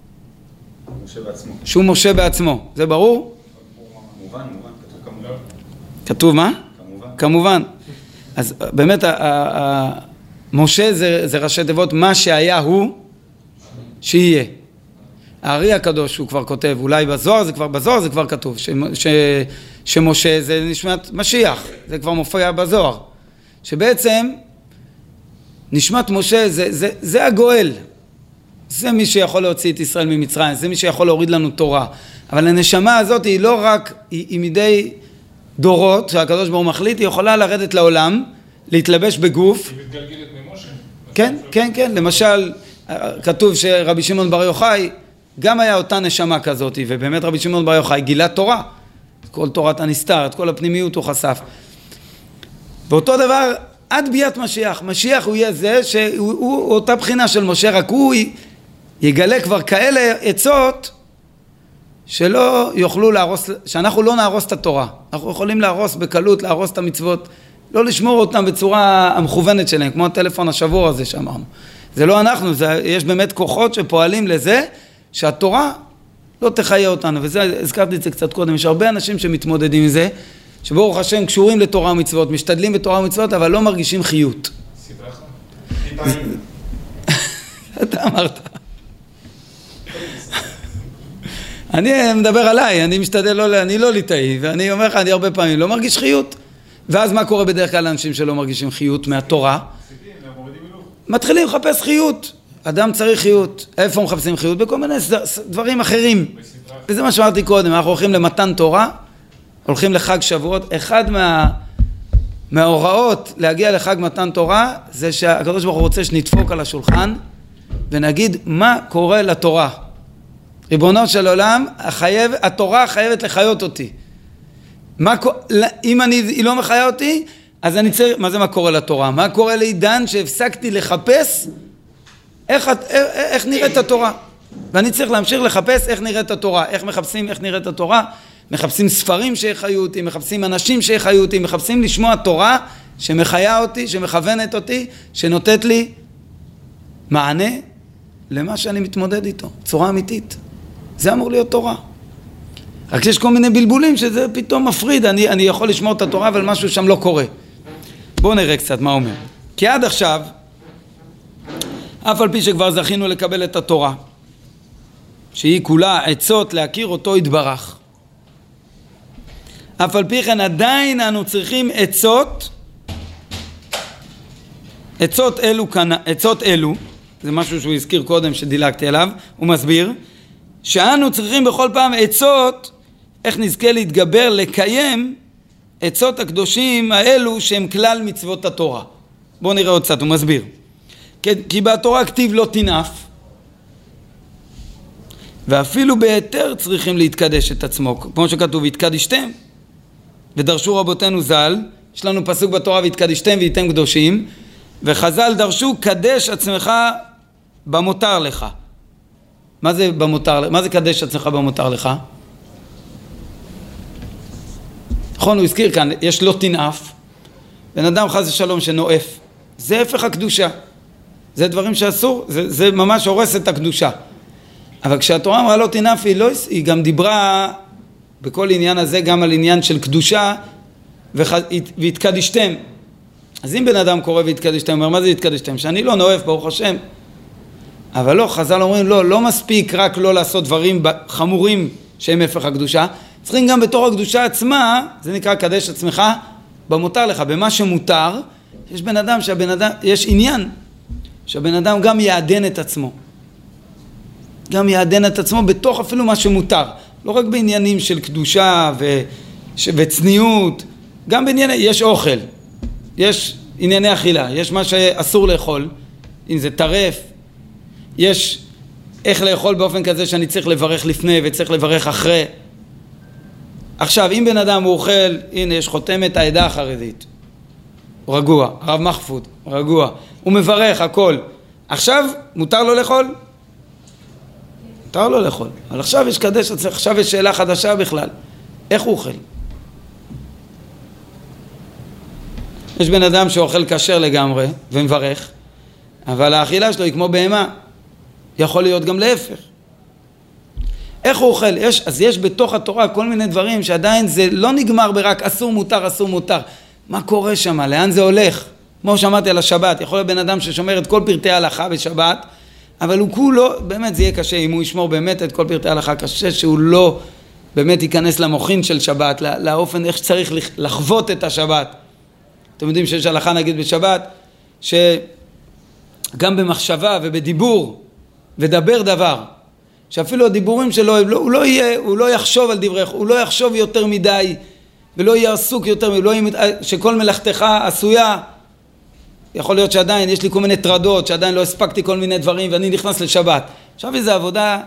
Speaker 2: משה בעצמו.
Speaker 1: שהוא משה בעצמו, זה ברור?
Speaker 2: כמובן, כמובן, כתוב כמובן.
Speaker 1: כתוב מה?
Speaker 2: כמובן.
Speaker 1: כמובן. אז באמת, ה- ה- ה- משה זה, זה ראשי תיבות, מה שהיה הוא, שיהיה. הארי הקדוש הוא כבר כותב, אולי בזוהר זה כבר, בזוהר זה כבר כתוב, ש, ש, שמשה זה נשמת משיח, זה כבר מופיע בזוהר. שבעצם, נשמת משה זה, זה, זה הגואל. זה מי שיכול להוציא את ישראל ממצרים, זה מי שיכול להוריד לנו תורה. אבל הנשמה הזאת היא לא רק, היא, היא מדי דורות שהקדוש ברוך הוא מחליט, היא יכולה לרדת לעולם, להתלבש בגוף.
Speaker 3: היא מתגלגלת ממשה.
Speaker 1: כן, כן, כן. למשל, כתוב שרבי שמעון בר יוחאי גם היה אותה נשמה כזאת, ובאמת רבי שמעון בר יוחאי גילה תורה. את כל תורת הנסתר, את כל הפנימיות הוא חשף. ואותו דבר, עד ביאת משיח. משיח הוא יהיה זה שהוא הוא, אותה בחינה של משה, רק הוא יגלה כבר כאלה עצות שלא יוכלו להרוס, שאנחנו לא נהרוס את התורה. אנחנו יכולים להרוס בקלות, להרוס את המצוות, לא לשמור אותם בצורה המכוונת שלהם, כמו הטלפון השבור הזה שאמרנו. זה לא אנחנו, זה, יש באמת כוחות שפועלים לזה שהתורה לא תחיה אותנו, וזה, הזכרתי את זה קצת קודם, יש הרבה אנשים שמתמודדים עם זה, שברוך השם קשורים לתורה ומצוות, משתדלים בתורה ומצוות, אבל לא מרגישים חיות.
Speaker 3: סדרחה.
Speaker 1: אתה אמרת. אני מדבר עליי, אני משתדל לא, אני לא ליטאי, ואני אומר לך, אני הרבה פעמים לא מרגיש חיות. ואז מה קורה בדרך כלל לאנשים שלא מרגישים חיות מהתורה? מתחילים לחפש חיות. אדם צריך חיות. איפה מחפשים חיות? בכל מיני דברים אחרים. וזה מה שאמרתי קודם, אנחנו הולכים למתן תורה, הולכים לחג שבועות. אחד מה, מההוראות להגיע לחג מתן תורה, זה שהקדוש ברוך הוא רוצה שנדפוק על השולחן, ונגיד מה קורה לתורה. ריבונו של עולם, החייב, התורה חייבת לחיות אותי. מה, אם אני, היא לא מחיה אותי, אז אני צריך, מה זה מה קורה לתורה? מה קורה לעידן שהפסקתי לחפש איך, איך, איך נראית התורה? ואני צריך להמשיך לחפש איך נראית התורה, איך מחפשים איך נראית התורה, מחפשים ספרים שיחיו אותי, מחפשים אנשים שיחיו אותי, מחפשים לשמוע תורה שמחיה אותי, שמכוונת אותי, שנותנת לי מענה למה שאני מתמודד איתו, צורה אמיתית. זה אמור להיות תורה. רק שיש כל מיני בלבולים שזה פתאום מפריד, אני, אני יכול לשמוע את התורה, אבל משהו שם לא קורה. בואו נראה קצת מה אומר. כי עד עכשיו, אף על פי שכבר זכינו לקבל את התורה, שהיא כולה עצות להכיר אותו יתברך. אף על פי כן עדיין אנו צריכים עצות, עצות אלו, עצות אלו, זה משהו שהוא הזכיר קודם שדילגתי עליו, הוא מסביר, שאנו צריכים בכל פעם עצות, איך נזכה להתגבר, לקיים עצות הקדושים האלו שהם כלל מצוות התורה. בואו נראה עוד קצת, הוא מסביר. כי, כי בתורה כתיב לא תנאף, ואפילו ביתר צריכים להתקדש את עצמו, כמו שכתוב, התקדשתם, ודרשו רבותינו ז"ל, יש לנו פסוק בתורה, והתקדשתם והייתם קדושים, וחז"ל דרשו, קדש עצמך במותר לך. מה זה במותר, מה זה קדש עצמך במותר לך? נכון, הוא הזכיר כאן, יש לא תנאף, בן אדם חס ושלום שנואף, זה הפך הקדושה, זה דברים שאסור, זה, זה ממש הורס את הקדושה. אבל כשהתורה אמרה לא תנאף, היא, לא, היא גם דיברה בכל עניין הזה גם על עניין של קדושה והתקדשתם. אז אם בן אדם קורא והתקדשתם, אומר מה זה התקדשתם? שאני לא נואף, ברוך השם. אבל לא, חז"ל אומרים לא, לא מספיק רק לא לעשות דברים חמורים שהם הפך הקדושה, צריכים גם בתור הקדושה עצמה, זה נקרא קדש עצמך במותר לך, במה שמותר, יש בן אדם שהבן אדם, יש עניין שהבן אדם גם יעדן את עצמו. גם יעדן את עצמו בתוך אפילו מה שמותר. לא רק בעניינים של קדושה ו... וצניעות, גם בענייני, יש אוכל, יש ענייני אכילה, יש מה שאסור לאכול, אם זה טרף, יש איך לאכול באופן כזה שאני צריך לברך לפני וצריך לברך אחרי. עכשיו, אם בן אדם הוא אוכל, הנה יש חותמת העדה החרדית, רגוע, הרב מחפוד, רגוע, הוא מברך הכל. עכשיו, מותר לו לאכול? מותר לו לאכול. אבל עכשיו יש קדש, עכשיו יש שאלה חדשה בכלל. איך הוא אוכל? יש בן אדם שאוכל כשר לגמרי ומברך, אבל האכילה שלו היא כמו בהמה. יכול להיות גם להפך. איך הוא אוכל? יש, אז יש בתוך התורה כל מיני דברים שעדיין זה לא נגמר ברק אסור מותר, אסור מותר. מה קורה שם? לאן זה הולך? כמו שאמרתי על השבת, יכול להיות בן אדם ששומר את כל פרטי ההלכה בשבת, אבל הוא כולו, באמת זה יהיה קשה, אם הוא ישמור באמת את כל פרטי ההלכה, קשה שהוא לא באמת ייכנס למוחין של שבת, לא, לאופן איך צריך לחוות את השבת. אתם יודעים שיש הלכה נגיד בשבת, שגם במחשבה ובדיבור, ודבר דבר. שאפילו הדיבורים שלו, הוא לא, הוא לא יהיה, הוא לא יחשוב על דברך, הוא לא יחשוב יותר מדי, ולא יהיה עסוק יותר מדי, לא יהיה, שכל מלאכתך עשויה. יכול להיות שעדיין יש לי כל מיני טרדות, שעדיין לא הספקתי כל מיני דברים, ואני נכנס לשבת. עכשיו איזו עבודה,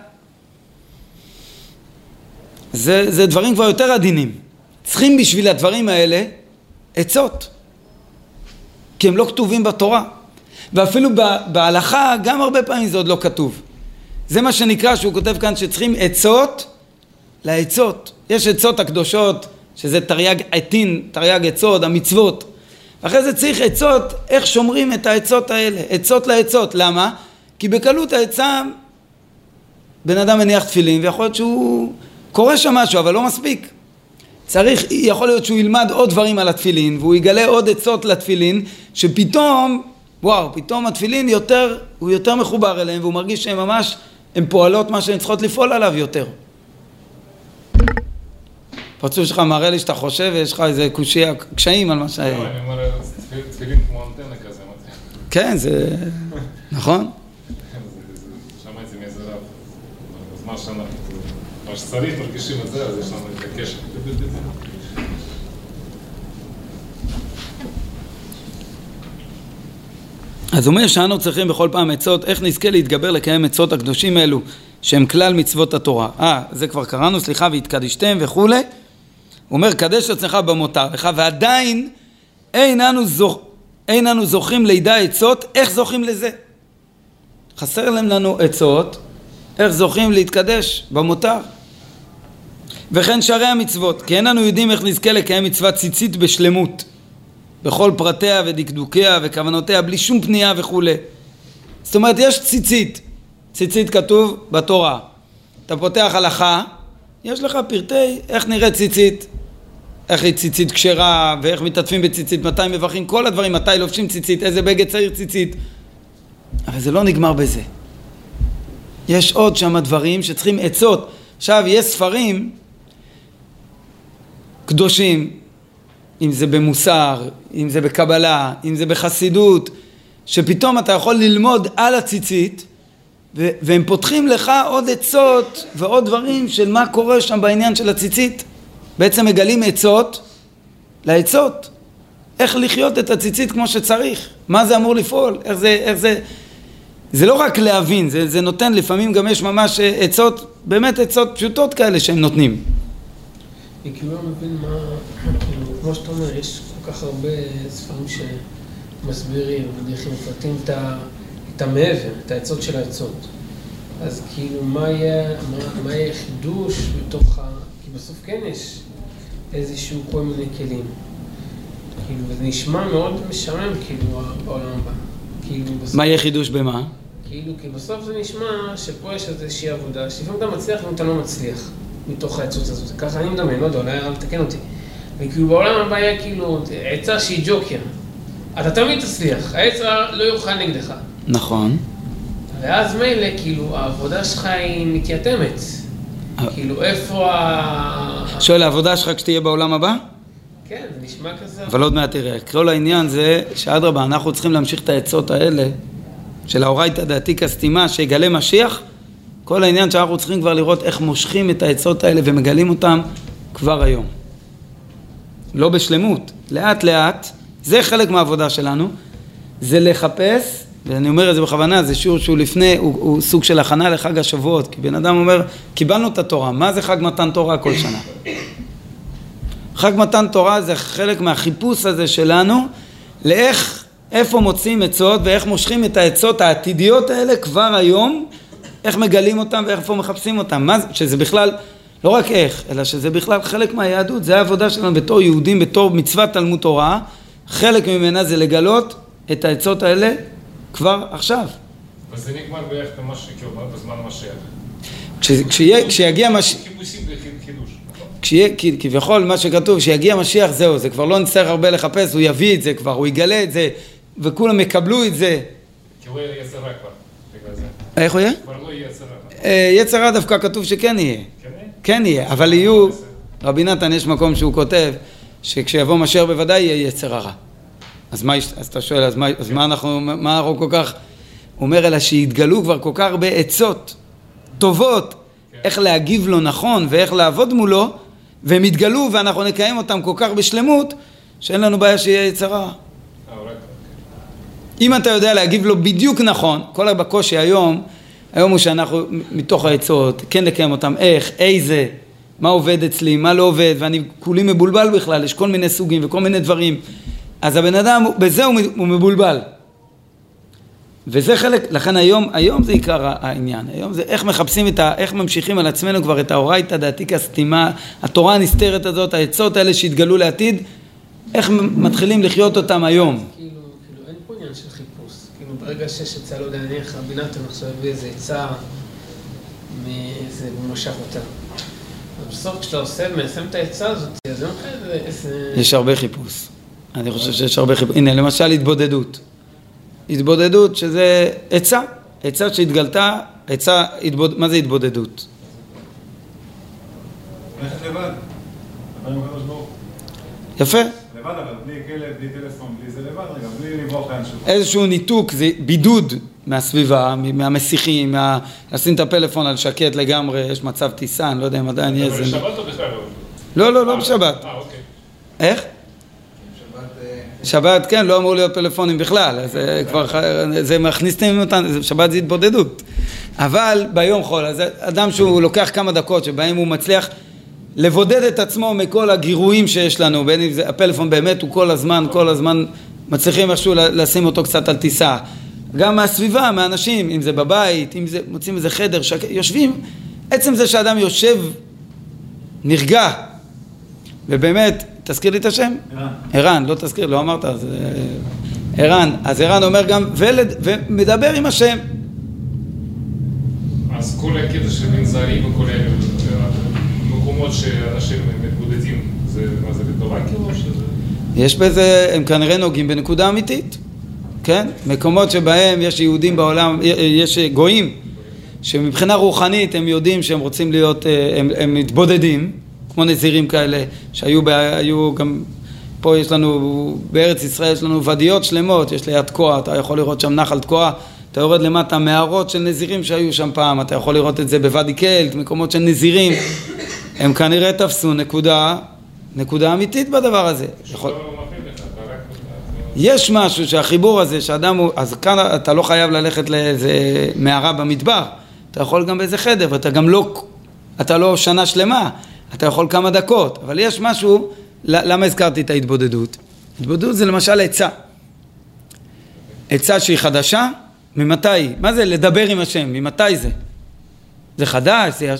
Speaker 1: זה, זה דברים כבר יותר עדינים. צריכים בשביל הדברים האלה עצות, כי הם לא כתובים בתורה. ואפילו בהלכה גם הרבה פעמים זה עוד לא כתוב. זה מה שנקרא שהוא כותב כאן שצריכים עצות לעצות. יש עצות הקדושות, שזה תרי"ג עטין, תרי"ג עצות, המצוות. אחרי זה צריך עצות, איך שומרים את העצות האלה, עצות לעצות. למה? כי בקלות העצה, בן אדם מניח תפילין, ויכול להיות שהוא קורא שם משהו, אבל לא מספיק. צריך, יכול להיות שהוא ילמד עוד דברים על התפילין, והוא יגלה עוד עצות לתפילין, שפתאום, וואו, פתאום התפילין יותר, הוא יותר מחובר אליהם, והוא מרגיש שהם ממש, הם פועלות מה שהן צריכות לפעול עליו יותר. פרצוף שלך מראה לי שאתה חושב, ויש לך איזה קושי, קשיים על מה שהיה.
Speaker 3: לא, אני אומר, תפילין כמו אנטנה כזה.
Speaker 1: כן, זה נכון.
Speaker 3: שמעתי את זה מאיזה רב. אז מה שאנחנו, מה שצריך, מרגישים את זה, אז יש לנו את הקשר.
Speaker 1: אז אומר שאנו צריכים בכל פעם עצות, איך נזכה להתגבר לקיים עצות הקדושים האלו, שהם כלל מצוות התורה. אה, זה כבר קראנו, סליחה, והתקדשתם וכו'. הוא אומר, קדש עצמך במותר לך, ועדיין אין אנו, זוכ... אין אנו זוכים לידע עצות, איך זוכים לזה? חסר להם לנו עצות, איך זוכים להתקדש במותר. וכן שערי המצוות, כי אין אנו יודעים איך נזכה לקיים מצוות ציצית בשלמות, בכל פרטיה ודקדוקיה וכוונותיה, בלי שום פנייה וכו'. זאת אומרת, יש ציצית, ציצית כתוב בתורה. אתה פותח הלכה, יש לך פרטי איך נראית ציצית, איך היא ציצית כשרה, ואיך מתעטפים בציצית, מתי מברכים, כל הדברים, מתי לובשים ציצית, איזה בגד צעיר ציצית. אבל זה לא נגמר בזה. יש עוד שם דברים שצריכים עצות. עכשיו, יש ספרים קדושים, אם זה במוסר, אם זה בקבלה, אם זה בחסידות, שפתאום אתה יכול ללמוד על הציצית, ו- והם פותחים לך עוד עצות ועוד דברים של מה קורה שם בעניין של הציצית. בעצם מגלים עצות לעצות. איך לחיות את הציצית כמו שצריך. מה זה אמור לפעול. איך זה, איך זה... זה לא רק להבין, זה, זה נותן, לפעמים גם יש ממש עצות, באמת עצות פשוטות כאלה שהם נותנים.
Speaker 5: אני כאילו לא מבין מה, כאילו, כמו שאתה אומר, יש כל כך הרבה ספרים שמסבירים, מדיחים, מפרטים את, את המעבר, את העצות של העצות. אז כאילו, מה יהיה, מה, מה יהיה חידוש בתוך ה... כי בסוף כן יש איזשהו כל מיני כלים. כאילו, וזה נשמע מאוד משעמם, כאילו, בעולם הבא. כאילו, בסוף...
Speaker 1: מה יהיה חידוש במה?
Speaker 5: כאילו, כי בסוף זה נשמע שפה יש איזושהי עבודה, שלפעמים אתה מצליח ואתה לא מצליח. מתוך העצות הזאת. ככה אני מדמיין, לא יודע, אולי הרב תקן אותי. וכאילו בעולם הבא היה כאילו עצה שהיא ג'וקר. אתה תמיד תצליח, העצה לא יוכל נגדך.
Speaker 1: נכון.
Speaker 5: ואז מילא, כאילו, העבודה שלך היא מתייתמת. כאילו, איפה ה...
Speaker 1: שואל, העבודה שלך כשתהיה בעולם הבא?
Speaker 5: כן, זה נשמע כזה.
Speaker 1: אבל עוד מעט תראה. כל העניין זה שאדרבה, אנחנו צריכים להמשיך את העצות האלה של האורייתא דעתיקא סתימה, שיגלה משיח. כל העניין שאנחנו צריכים כבר לראות איך מושכים את העצות האלה ומגלים אותם כבר היום. לא בשלמות, לאט לאט, זה חלק מהעבודה שלנו, זה לחפש, ואני אומר את זה בכוונה, זה שיעור שהוא לפני, הוא, הוא סוג של הכנה לחג השבועות, כי בן אדם אומר, קיבלנו את התורה, מה זה חג מתן תורה כל שנה? חג מתן תורה זה חלק מהחיפוש הזה שלנו, לאיך, איפה מוצאים עצות ואיך מושכים את העצות העתידיות האלה כבר היום, איך מגלים אותם ואיפה מחפשים אותם, מה, שזה בכלל, לא רק איך, אלא שזה בכלל חלק מהיהדות, זה העבודה שלנו בתור יהודים, בתור מצוות תלמוד תורה, חלק ממנה זה לגלות את העצות האלה כבר עכשיו.
Speaker 3: וזה נגמר בערך בזמן משיח.
Speaker 1: כשיגיע משיח,
Speaker 3: חיפושים וחידוש, נכון?
Speaker 1: כשיהיה, כביכול מה שכתוב, כשיגיע משיח זהו, זה כבר לא נצטרך הרבה לחפש, הוא יביא את זה כבר, הוא יגלה את זה, וכולם יקבלו את זה.
Speaker 3: כי הוא יהיה יצרה כבר.
Speaker 1: איך הוא יהיה?
Speaker 3: כבר לא יהיה יצרה.
Speaker 1: יצרה דווקא כתוב שכן יהיה.
Speaker 3: כן יהיה?
Speaker 1: כן יהיה, אבל יהיו, רבי נתן יש מקום שהוא כותב, שכשיבוא משיח בוודאי יהיה יצר הרע. אז מה, אז אתה שואל, אז מה, אז מה אנחנו, מה אנחנו כל כך, הוא אומר, אלא שהתגלו כבר כל כך הרבה עצות טובות, איך להגיב לו נכון ואיך לעבוד מולו, והם התגלו ואנחנו נקיים אותם כל כך בשלמות, שאין לנו בעיה שיהיה יצרה. אם אתה יודע להגיב לו בדיוק נכון, כל הבקושי היום, היום הוא שאנחנו מתוך העצות, כן לקיים אותם, איך, איזה, מה עובד אצלי, מה לא עובד, ואני כולי מבולבל בכלל, יש כל מיני סוגים וכל מיני דברים. אז הבן אדם, בזה הוא, הוא מבולבל. וזה חלק, לכן היום, היום זה עיקר העניין. היום זה איך מחפשים את ה, איך ממשיכים על עצמנו כבר את האורייתא דעתיקא סתימה, התורה הנסתרת הזאת, העצות האלה שהתגלו לעתיד, איך מתחילים לחיות אותם היום.
Speaker 5: כאילו, כאילו, אין פה עניין של חיפוש. כאילו, ברגע שיש עצה, לא יודע, נניח, רבי נתן עכשיו הביא איזה עצה, מאיזה, הוא משך אותה. בסוף כשאתה עושה, מיישם את העצה הזאת, אז אין לך איזה...
Speaker 1: יש הרבה חיפוש. אני חושב שיש הרבה חיפוש. הנה, למשל התבודדות. התבודדות שזה עצה. עצה שהתגלתה, עצה, התבוד... מה זה התבודדות?
Speaker 4: ללכת לבד. לבד עם הקדוש ברוך הוא.
Speaker 1: יפה.
Speaker 4: לבד אבל, בלי כלב, בלי טלפון, בלי זה לבד רגע, בלי לברוח לאן שלו.
Speaker 1: איזשהו ניתוק, זה בידוד מהסביבה, מהמסיכים, מה... לשים את הפלאפון על שקט לגמרי, יש מצב טיסה, אני לא יודע אם עדיין יהיה זה.
Speaker 3: אבל בשבת או בכלל?
Speaker 1: לא, לא, לא בשבת.
Speaker 3: אה, אוקיי.
Speaker 1: איך? שבת, כן, לא אמור להיות פלאפונים בכלל, אז זה כבר, זה מכניסים אותנו, שבת זה התבודדות. אבל ביום חול, אז אדם שהוא לוקח כמה דקות שבהם הוא מצליח לבודד את עצמו מכל הגירויים שיש לנו, בין אם זה, הפלאפון באמת הוא כל הזמן, כל הזמן מצליחים איכשהו לשים אותו קצת על טיסה. גם מהסביבה, מהאנשים, אם זה בבית, אם זה, מוצאים איזה חדר, שק... יושבים, עצם זה שאדם יושב, נרגע, ובאמת, תזכיר לי את השם?
Speaker 4: ערן.
Speaker 1: ערן, לא תזכיר, לא אמרת, אז ערן, אז ערן אומר גם, ולד, ומדבר עם השם.
Speaker 3: אז כל הקטע של מנזרים וכל המקומות שאנשים מתבודדים, זה מה זה לטובה כאילו?
Speaker 1: יש בזה, הם כנראה נוגעים בנקודה אמיתית, כן? מקומות שבהם יש יהודים בעולם, יש גויים, שמבחינה רוחנית הם יודעים שהם רוצים להיות, הם, הם מתבודדים, כמו נזירים כאלה, שהיו היו גם, פה יש לנו, בארץ ישראל יש לנו ודיות שלמות, יש ליד תקוע, אתה יכול לראות שם נחל תקוע, אתה יורד למטה מערות של נזירים שהיו שם פעם, אתה יכול לראות את זה בוואדי קלט, מקומות של נזירים, הם כנראה תפסו נקודה, נקודה אמיתית בדבר הזה. יכול... יש משהו שהחיבור הזה, שאדם הוא, אז כאן אתה לא חייב ללכת לאיזה מערה במדבר, אתה יכול גם באיזה חדר, ואתה גם לא, אתה לא שנה שלמה, אתה יכול כמה דקות, אבל יש משהו, למה הזכרתי את ההתבודדות? התבודדות זה למשל עצה. עצה שהיא חדשה, ממתי? מה זה לדבר עם השם? ממתי זה? זה חדש? זה...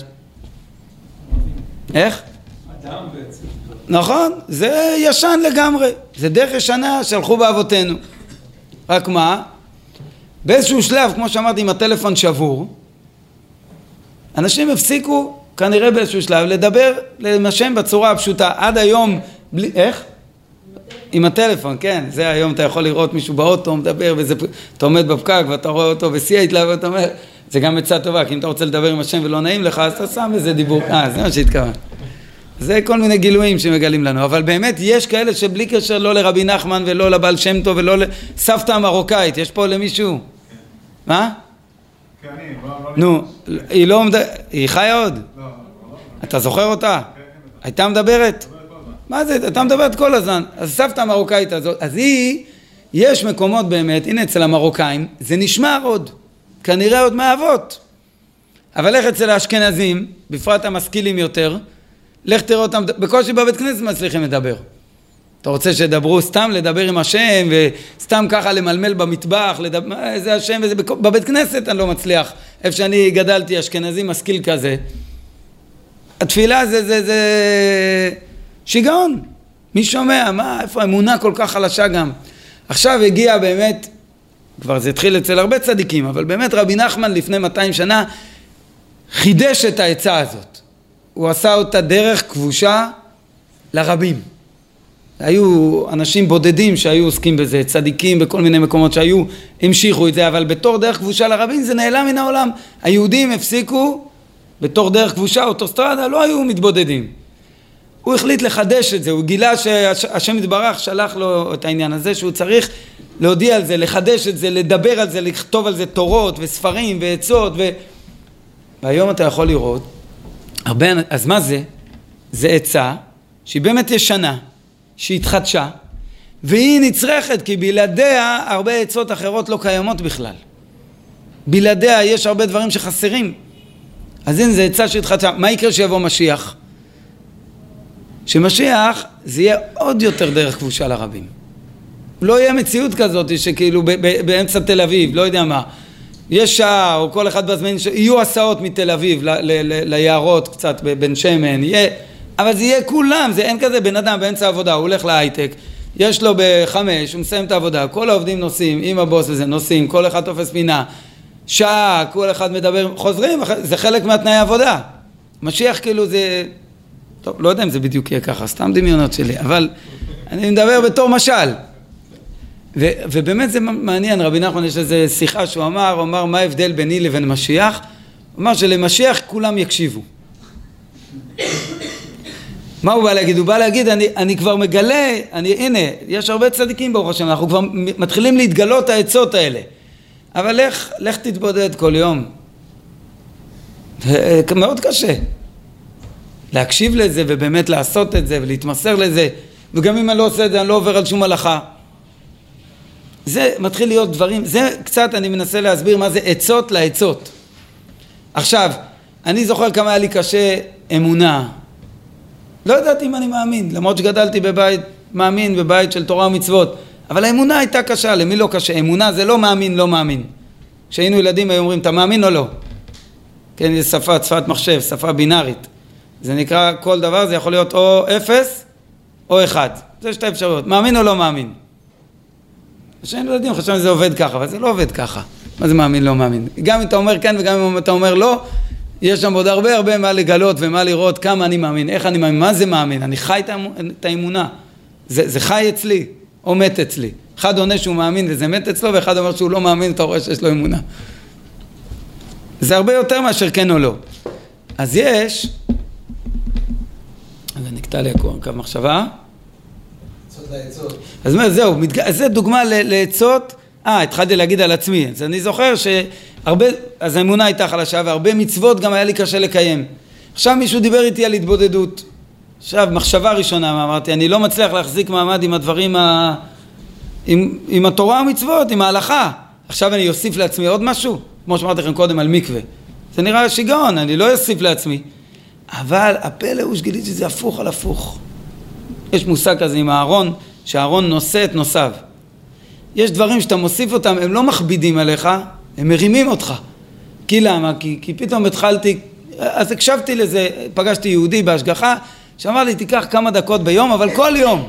Speaker 1: איך?
Speaker 4: אדם בעצם.
Speaker 1: נכון, זה ישן לגמרי. זה דרך ישנה שהלכו באבותינו. רק מה? באיזשהו שלב, כמו שאמרתי, עם הטלפון שבור, אנשים הפסיקו כנראה באיזשהו שלב לדבר עם השם בצורה הפשוטה. עד היום, בלי... איך? עם הטלפון, כן. זה היום אתה יכול לראות מישהו באוטו מדבר, וזה... אתה עומד בפקק ואתה רואה אותו בשיא התלהב ואתה אומר, זה גם עצה טובה, כי אם אתה רוצה לדבר עם השם ולא נעים לך, אז אתה שם איזה דיבור. אה, זה מה שהתכוון. זה כל מיני גילויים שמגלים לנו, אבל באמת יש כאלה שבלי קשר לא לרבי נחמן ולא לבעל שם טוב ולא לסבתא המרוקאית, יש פה למישהו? מה?
Speaker 4: כן, אני, לא...
Speaker 1: נו, היא לא עומדת, היא חיה עוד?
Speaker 4: לא, לא.
Speaker 1: אתה זוכר אותה? הייתה מדברת? מה זה? הייתה מדברת כל הזמן. אז סבתא המרוקאית הזאת, אז היא, יש מקומות באמת, הנה אצל המרוקאים, זה נשמר עוד, כנראה עוד מהאבות. אבל איך אצל האשכנזים, בפרט המשכילים יותר, לך תראה אותם, בקושי בבית כנסת מצליחים לדבר. אתה רוצה שדברו סתם לדבר עם השם, וסתם ככה למלמל במטבח, לדבר, זה השם, וזה בבית כנסת אני לא מצליח. איפה שאני גדלתי, אשכנזי משכיל כזה. התפילה זה, זה, זה שיגעון. מי שומע? מה, איפה האמונה כל כך חלשה גם? עכשיו הגיע באמת, כבר זה התחיל אצל הרבה צדיקים, אבל באמת רבי נחמן לפני מאתיים שנה חידש את העצה הזאת. הוא עשה אותה דרך כבושה לרבים. היו אנשים בודדים שהיו עוסקים בזה, צדיקים בכל מיני מקומות שהיו, המשיכו את זה, אבל בתור דרך כבושה לרבים זה נעלם מן העולם. היהודים הפסיקו, בתור דרך כבושה, אוטוסטרדה, לא היו מתבודדים. הוא החליט לחדש את זה, הוא גילה שהשם יתברך שלח לו את העניין הזה, שהוא צריך להודיע על זה, לחדש את זה, לדבר על זה, לכתוב על זה תורות וספרים ועצות, ו... והיום אתה יכול לראות, הרבה... אז מה זה? זה עצה שהיא באמת ישנה, שהיא התחדשה, והיא נצרכת, כי בלעדיה הרבה עצות אחרות לא קיימות בכלל. בלעדיה יש הרבה דברים שחסרים. אז הנה זה עצה שהתחדשה. מה יקרה שיבוא משיח? שמשיח זה יהיה עוד יותר דרך כבושה לרבים. לא יהיה מציאות כזאת שכאילו ב- ב- באמצע תל אביב, לא יודע מה, יש שעה או כל אחד בזמן, ש... יהיו הסעות מתל אביב ל- ל- ל- ליערות קצת בבן שמן, יהיה, אבל זה יהיה כולם, זה אין כזה בן אדם באמצע העבודה, הוא הולך להייטק, יש לו בחמש, הוא מסיים את העבודה, כל העובדים נוסעים, עם הבוס וזה נוסעים, כל אחד תופס פינה, שעה, כל אחד מדבר, חוזרים, זה חלק מהתנאי העבודה. משיח כאילו זה, טוב, לא יודע אם זה בדיוק יהיה ככה, סתם דמיונות שלי, אבל אני מדבר בתור משל. ו, ובאמת זה מעניין, רבי נחמן יש איזו שיחה שהוא אמר, הוא אמר מה ההבדל ביני לבין משיח? הוא אמר שלמשיח כולם יקשיבו. מה הוא בא להגיד? הוא בא להגיד, אני, אני כבר מגלה, אני, הנה, יש הרבה צדיקים ברוך השם, אנחנו כבר מתחילים להתגלות העצות האלה. אבל לך, לך תתבודד כל יום. מאוד קשה. להקשיב לזה ובאמת לעשות את זה ולהתמסר לזה, וגם אם אני לא עושה את זה, אני לא עובר על שום הלכה. זה מתחיל להיות דברים, זה קצת אני מנסה להסביר מה זה עצות לעצות. עכשיו, אני זוכר כמה היה לי קשה אמונה. לא ידעתי אם אני מאמין, למרות שגדלתי בבית מאמין, בבית של תורה ומצוות. אבל האמונה הייתה קשה, למי לא קשה? אמונה זה לא מאמין, לא מאמין. כשהיינו ילדים היו אומרים, אתה מאמין או לא? כן, זה שפה, שפת מחשב, שפה בינארית. זה נקרא, כל דבר זה יכול להיות או אפס או אחד. זה שתי אפשרויות, מאמין או לא מאמין. כשהיינו ילדים חשבנו שזה עובד ככה, אבל זה לא עובד ככה. מה זה מאמין, לא מאמין? גם אם אתה אומר כן וגם אם אתה אומר לא, יש שם עוד הרבה הרבה מה לגלות ומה לראות כמה אני מאמין, איך אני מאמין, מה זה מאמין? אני חי את האמונה. זה, זה חי אצלי או מת אצלי. אחד עונה שהוא מאמין וזה מת אצלו, ואחד אומר שהוא לא מאמין, אתה רואה שיש לו אמונה. זה הרבה יותר מאשר כן או לא. אז יש, אז נקטע לי קו מחשבה. אז מה, זהו, זה דוגמה לעצות, אה, התחלתי להגיד על עצמי, אז אני זוכר שהרבה, אז האמונה הייתה חלשה, והרבה מצוות גם היה לי קשה לקיים. עכשיו מישהו דיבר איתי על התבודדות. עכשיו, מחשבה ראשונה, אמרתי, אני לא מצליח להחזיק מעמד עם הדברים, ה... עם, עם התורה המצוות, עם ההלכה. עכשיו אני אוסיף לעצמי עוד משהו, כמו שאמרתי לכם קודם על מקווה. זה נראה שיגעון, אני לא אוסיף לעצמי. אבל הפלא הוא שגיליתי שזה הפוך על הפוך. יש מושג כזה עם הארון, שהארון נושא את נוסף. יש דברים שאתה מוסיף אותם, הם לא מכבידים עליך, הם מרימים אותך. כי למה? כי, כי פתאום התחלתי, אז הקשבתי לזה, פגשתי יהודי בהשגחה, שאמר לי, תיקח כמה דקות ביום, אבל כל יום.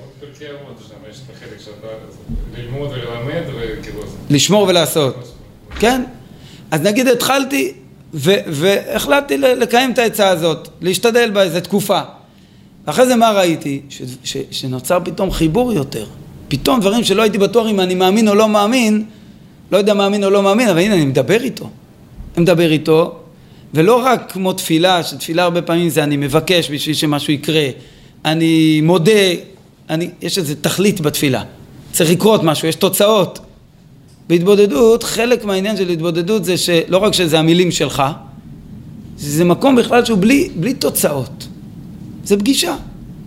Speaker 3: ללמוד וללמד וכאילו...
Speaker 1: לשמור ולעשות. כן? אז נגיד התחלתי, ו- והחלטתי לקיים את העצה הזאת, להשתדל באיזו תקופה. ואחרי זה מה ראיתי? ש- ש- שנוצר פתאום חיבור יותר. פתאום דברים שלא הייתי בטוח אם אני מאמין או לא מאמין, לא יודע מאמין או לא מאמין, אבל הנה אני מדבר איתו. אני מדבר איתו, ולא רק כמו תפילה, שתפילה הרבה פעמים זה אני מבקש בשביל שמשהו יקרה, אני מודה, אני, יש איזו תכלית בתפילה. צריך לקרות משהו, יש תוצאות. בהתבודדות, חלק מהעניין של התבודדות זה שלא רק שזה המילים שלך, זה מקום בכלל שהוא בלי, בלי תוצאות. זה פגישה.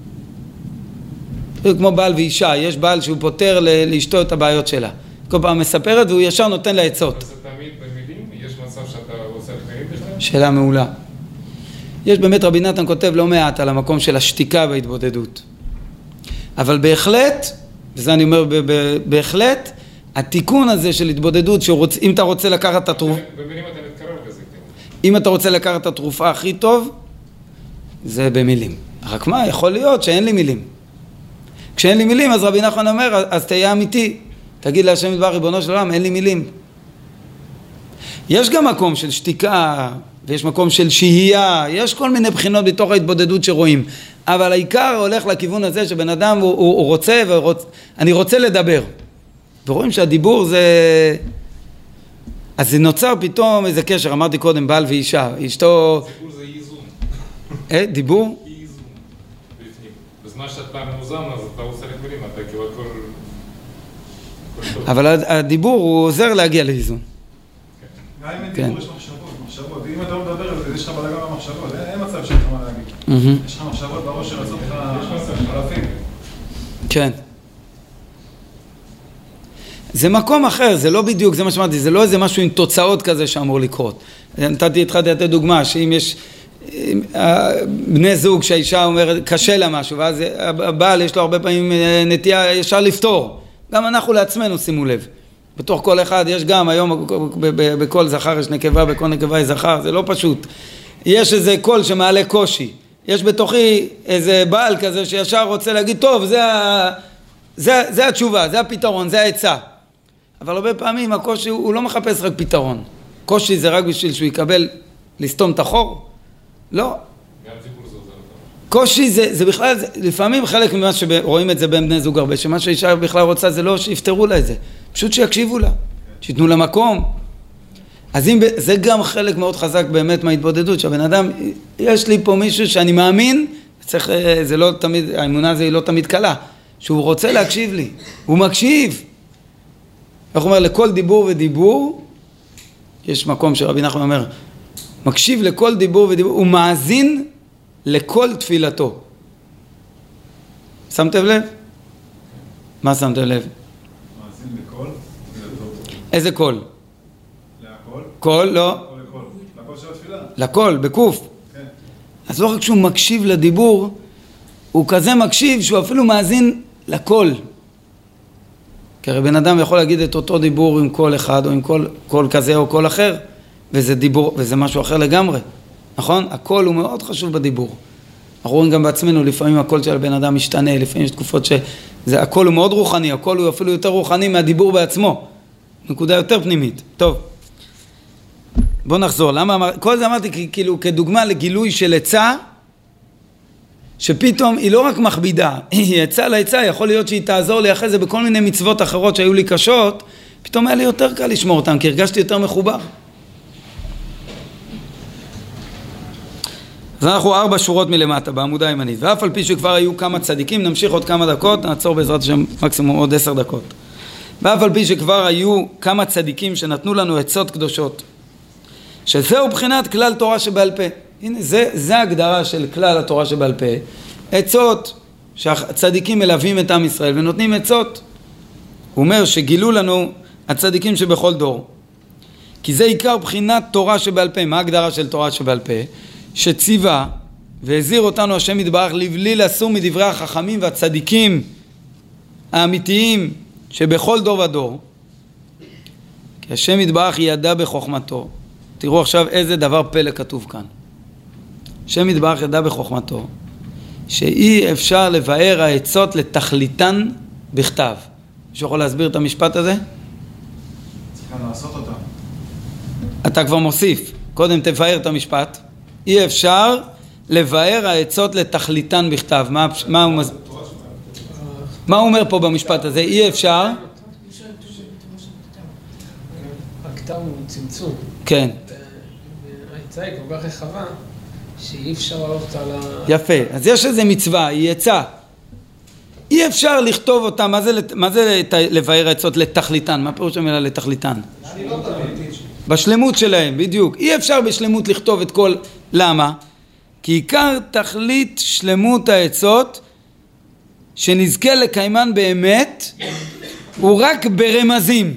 Speaker 1: כמו בעל ואישה, יש בעל שהוא פותר לאשתו את הבעיות שלה. כל פעם מספרת והוא ישר נותן לה עצות.
Speaker 3: זה תמיד במילים? יש מצב שאתה עושה לחיים בכלל?
Speaker 1: שאלה מעולה. יש באמת, רבי נתן כותב לא מעט על המקום של השתיקה בהתבודדות. אבל בהחלט, וזה אני אומר בהחלט, התיקון הזה של התבודדות, שאם אתה רוצה לקחת את התרופה...
Speaker 3: במילים אתה מתקרב לזה.
Speaker 1: אם אתה רוצה לקחת את התרופה הכי טוב, זה במילים. רק מה, יכול להיות שאין לי מילים. כשאין לי מילים, אז רבי נחמן אומר, אז תהיה אמיתי. תגיד להשם יתברך ריבונו של עולם, אין לי מילים. יש גם מקום של שתיקה, ויש מקום של שהייה, יש כל מיני בחינות בתוך ההתבודדות שרואים. אבל העיקר הולך לכיוון הזה שבן אדם הוא, הוא, הוא רוצה, ורוצ... אני רוצה לדבר. ורואים שהדיבור זה... אז זה נוצר פתאום איזה קשר, אמרתי קודם, בעל ואישה, אשתו...
Speaker 3: דיבור זה איזון.
Speaker 1: אה, דיבור?
Speaker 3: איזון. בזמן שאתה מאוזן, אז אתה עושה רגלים, אתה כאילו הכל...
Speaker 1: אבל הדיבור הוא עוזר להגיע לאיזון.
Speaker 4: גם אם אין דיבור יש מחשבות, מחשבות. אם אתה לא מדבר על זה, יש לך בלגן במחשבות, אין מצב שיש לך מה להגיד. יש לך מחשבות בראש שרצות לך אלפים.
Speaker 1: כן. זה מקום אחר, זה לא בדיוק, זה מה שאמרתי, זה לא איזה משהו עם תוצאות כזה שאמור לקרות. נתתי התחלתי לתת דוגמה, שאם יש בני זוג שהאישה אומרת, קשה לה משהו, ואז הבעל יש לו הרבה פעמים נטייה ישר לפתור. גם אנחנו לעצמנו, שימו לב. בתוך כל אחד יש גם, היום בכל זכר יש נקבה, בכל נקבה יש זכר, זה לא פשוט. יש איזה קול שמעלה קושי. יש בתוכי איזה בעל כזה שישר רוצה להגיד, טוב, זה, זה, זה התשובה, זה הפתרון, זה העצה. אבל הרבה פעמים הקושי הוא לא מחפש רק פתרון. קושי זה רק בשביל שהוא יקבל לסתום את החור? לא.
Speaker 3: גם דיבור זה עוזר.
Speaker 1: קושי זה, זה בכלל, זה, לפעמים חלק ממה שרואים את זה בין בני זוג הרבה, שמה שהאישה בכלל רוצה זה לא שיפתרו לה את זה, פשוט שיקשיבו לה, שיתנו לה מקום. אז אם, זה גם חלק מאוד חזק באמת מההתבודדות, שהבן אדם, יש לי פה מישהו שאני מאמין, צריך, זה לא תמיד, האמונה זה היא לא תמיד קלה, שהוא רוצה להקשיב לי, הוא מקשיב. איך אומר, לכל דיבור ודיבור, יש מקום שרבי נחמן אומר, מקשיב לכל דיבור ודיבור, הוא מאזין לכל תפילתו. שמתם לב? מה שמתם לב?
Speaker 4: מאזין לכל תפילתו.
Speaker 1: איזה קול?
Speaker 4: להכל?
Speaker 1: קול, לא.
Speaker 4: לכל, לכל. לכל של התפילה.
Speaker 1: לקול, בקוף.
Speaker 4: כן.
Speaker 1: אז לא רק שהוא מקשיב לדיבור, הוא כזה מקשיב שהוא אפילו מאזין לקול. כי הרי בן אדם יכול להגיד את אותו דיבור עם קול אחד, או עם קול, קול כזה או קול אחר, וזה דיבור, וזה משהו אחר לגמרי. נכון? הקול הוא מאוד חשוב בדיבור. אנחנו רואים גם בעצמנו, לפעמים הקול של הבן אדם משתנה, לפעמים יש תקופות שזה, הקול הוא מאוד רוחני, הקול הוא אפילו יותר רוחני מהדיבור בעצמו. נקודה יותר פנימית. טוב. בוא נחזור. למה אמר, כל זה אמרתי כאילו כדוגמה לגילוי של עצה, שפתאום היא לא רק מכבידה, היא עצה לעצה, יכול להיות שהיא תעזור לי אחרי זה בכל מיני מצוות אחרות שהיו לי קשות, פתאום היה לי יותר קל לשמור אותם, כי הרגשתי יותר מחובר. אז אנחנו ארבע שורות מלמטה בעמודה הימנית, ואף על פי שכבר היו כמה צדיקים, נמשיך עוד כמה דקות, נעצור בעזרת השם מקסימום עוד עשר דקות. ואף על פי שכבר היו כמה צדיקים שנתנו לנו עצות קדושות, שזהו בחינת כלל תורה שבעל פה. הנה, זה, זה ההגדרה של כלל התורה שבעל פה. עצות שהצדיקים מלווים את עם ישראל ונותנים עצות. הוא אומר שגילו לנו הצדיקים שבכל דור. כי זה עיקר בחינת תורה שבעל פה. מה ההגדרה של תורה שבעל פה? שציווה והזהיר אותנו השם יתברך לבלי לסור מדברי החכמים והצדיקים האמיתיים שבכל דור ודור. כי השם יתברך ידע בחוכמתו. תראו עכשיו איזה דבר פלא כתוב כאן. השם יתברך ידע בחוכמתו שאי אפשר לבאר העצות לתכליתן בכתב. מישהו יכול להסביר את המשפט הזה?
Speaker 4: צריכה לעשות אותה.
Speaker 1: אתה כבר מוסיף. קודם תבאר את המשפט. אי אפשר לבאר העצות לתכליתן בכתב. מה, מה, הוא, מס... מה הוא אומר פה במשפט הזה? אי אפשר...
Speaker 5: הכתב הוא צמצום.
Speaker 1: כן.
Speaker 5: העצה היא כל כך רחבה שאי אפשר לעלות על ה...
Speaker 1: יפה. אז יש איזו מצווה, היא עצה. אי אפשר לכתוב אותה, מה זה, מה זה לבאר העצות לתכליתן? מה פירוש המילה לתכליתן? בשלמות שלהם, בדיוק. אי אפשר בשלמות לכתוב את כל... למה? כי עיקר תכלית שלמות העצות שנזכה לקיימן באמת הוא רק ברמזים.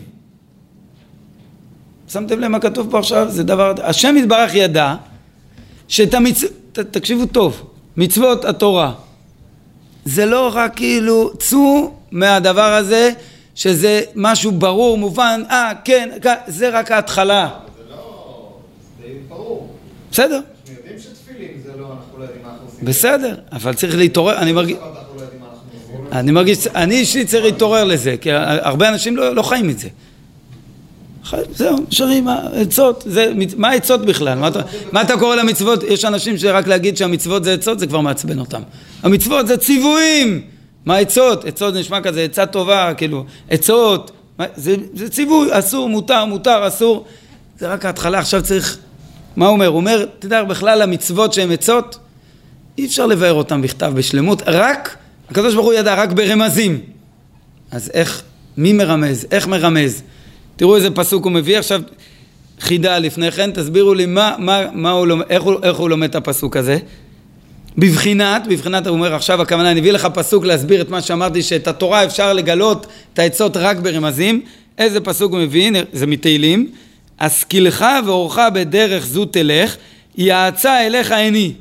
Speaker 1: שמתם לב מה כתוב פה עכשיו? זה דבר... השם יתברך ידע שאת המצ... ת, תקשיבו טוב, מצוות התורה זה לא רק כאילו צאו מהדבר הזה שזה משהו ברור, מובן, אה, כן, כן, זה רק ההתחלה.
Speaker 2: זה לא... זה ברור.
Speaker 1: בסדר.
Speaker 2: אנחנו יודעים שתפילים זה לא, אנחנו לא יודעים מה אנחנו עושים.
Speaker 1: בסדר, אבל צריך להתעורר, אני מרגיש...
Speaker 2: אנחנו לא יודעים מה אנחנו עושים.
Speaker 1: אני מרגיש, אני אישית צריך להתעורר לזה, כי הרבה אנשים לא, לא חיים את זה. זהו, שרים, עצות, זה, מה העצות בכלל? מה אתה, מה אתה קורא למצוות? יש אנשים שרק להגיד שהמצוות זה עצות, זה כבר מעצבן אותם. המצוות זה ציוויים. מה עצות? עצות נשמע כזה, עצה טובה, כאילו, עצות, זה, זה ציווי, אסור, מותר, מותר, אסור. זה רק ההתחלה, עכשיו צריך, מה הוא אומר? הוא אומר, תדע, בכלל המצוות שהן עצות, אי אפשר לבאר אותן בכתב בשלמות, רק הקדוש ברוך הוא ידע רק ברמזים. אז איך, מי מרמז? איך מרמז? תראו איזה פסוק הוא מביא עכשיו, חידה לפני כן, תסבירו לי מה, מה, מה הוא, איך, הוא, איך הוא לומד את הפסוק הזה. בבחינת, בבחינת הוא אומר עכשיו הכוונה, אני אביא לך פסוק להסביר את מה שאמרתי, שאת התורה אפשר לגלות את העצות רק ברמזים. איזה פסוק הוא מביא? זה מתהילים. השכילך ואורך בדרך זו תלך, יעצה אליך עיני.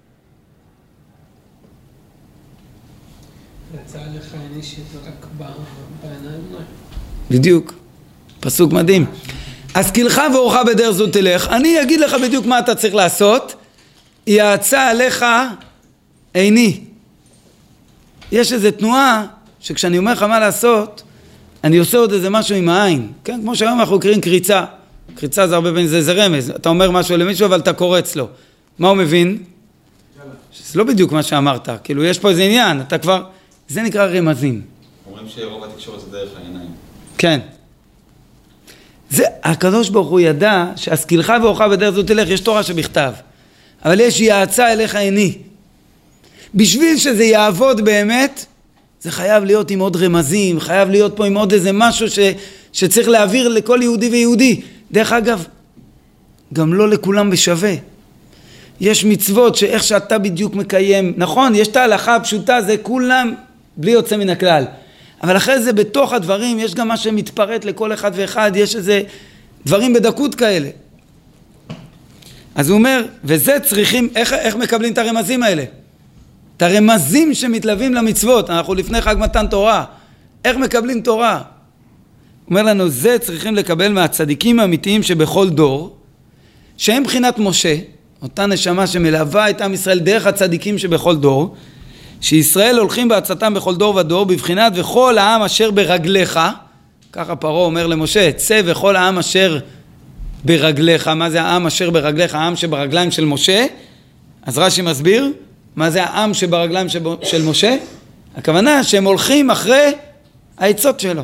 Speaker 5: יעצה אליך עיני שזה רק בעיניים?
Speaker 1: בדיוק. פסוק מדהים. השכילך ואורך בדרך זו תלך, אני אגיד לך בדיוק מה אתה צריך לעשות, יעצה עליך עיני. יש איזו תנועה שכשאני אומר לך מה לעשות, אני עושה עוד איזה משהו עם העין. כן, כמו שהיום אנחנו קוראים קריצה. קריצה זה הרבה פעמים, זה, זה רמז. אתה אומר משהו למישהו אבל אתה קורץ לו. מה הוא מבין? זה לא בדיוק מה שאמרת. כאילו יש פה איזה עניין, אתה כבר, זה נקרא רמזים.
Speaker 2: אומרים שרוב התקשורת זה דרך העיניים.
Speaker 1: כן. זה, הקדוש ברוך הוא ידע שהשכילך ואורך בדרך זו תלך, יש תורה שבכתב. אבל יש יעצה אליך עיני. בשביל שזה יעבוד באמת, זה חייב להיות עם עוד רמזים, חייב להיות פה עם עוד איזה משהו ש, שצריך להעביר לכל יהודי ויהודי. דרך אגב, גם לא לכולם בשווה. יש מצוות שאיך שאתה בדיוק מקיים, נכון, יש את ההלכה הפשוטה, זה כולם בלי יוצא מן הכלל. אבל אחרי זה בתוך הדברים יש גם מה שמתפרט לכל אחד ואחד, יש איזה דברים בדקות כאלה. אז הוא אומר, וזה צריכים, איך, איך מקבלים את הרמזים האלה? את הרמזים שמתלווים למצוות, אנחנו לפני חג מתן תורה, איך מקבלים תורה? הוא אומר לנו, זה צריכים לקבל מהצדיקים האמיתיים שבכל דור, שהם בחינת משה, אותה נשמה שמלווה את עם ישראל דרך הצדיקים שבכל דור, שישראל הולכים בעצתם בכל דור ודור, בבחינת וכל העם אשר ברגליך, ככה פרעה אומר למשה, צא וכל העם אשר ברגליך, מה זה העם אשר ברגליך? העם שברגליים של משה. אז רש"י מסביר, מה זה העם שברגליים של משה? הכוונה שהם הולכים אחרי העצות שלו.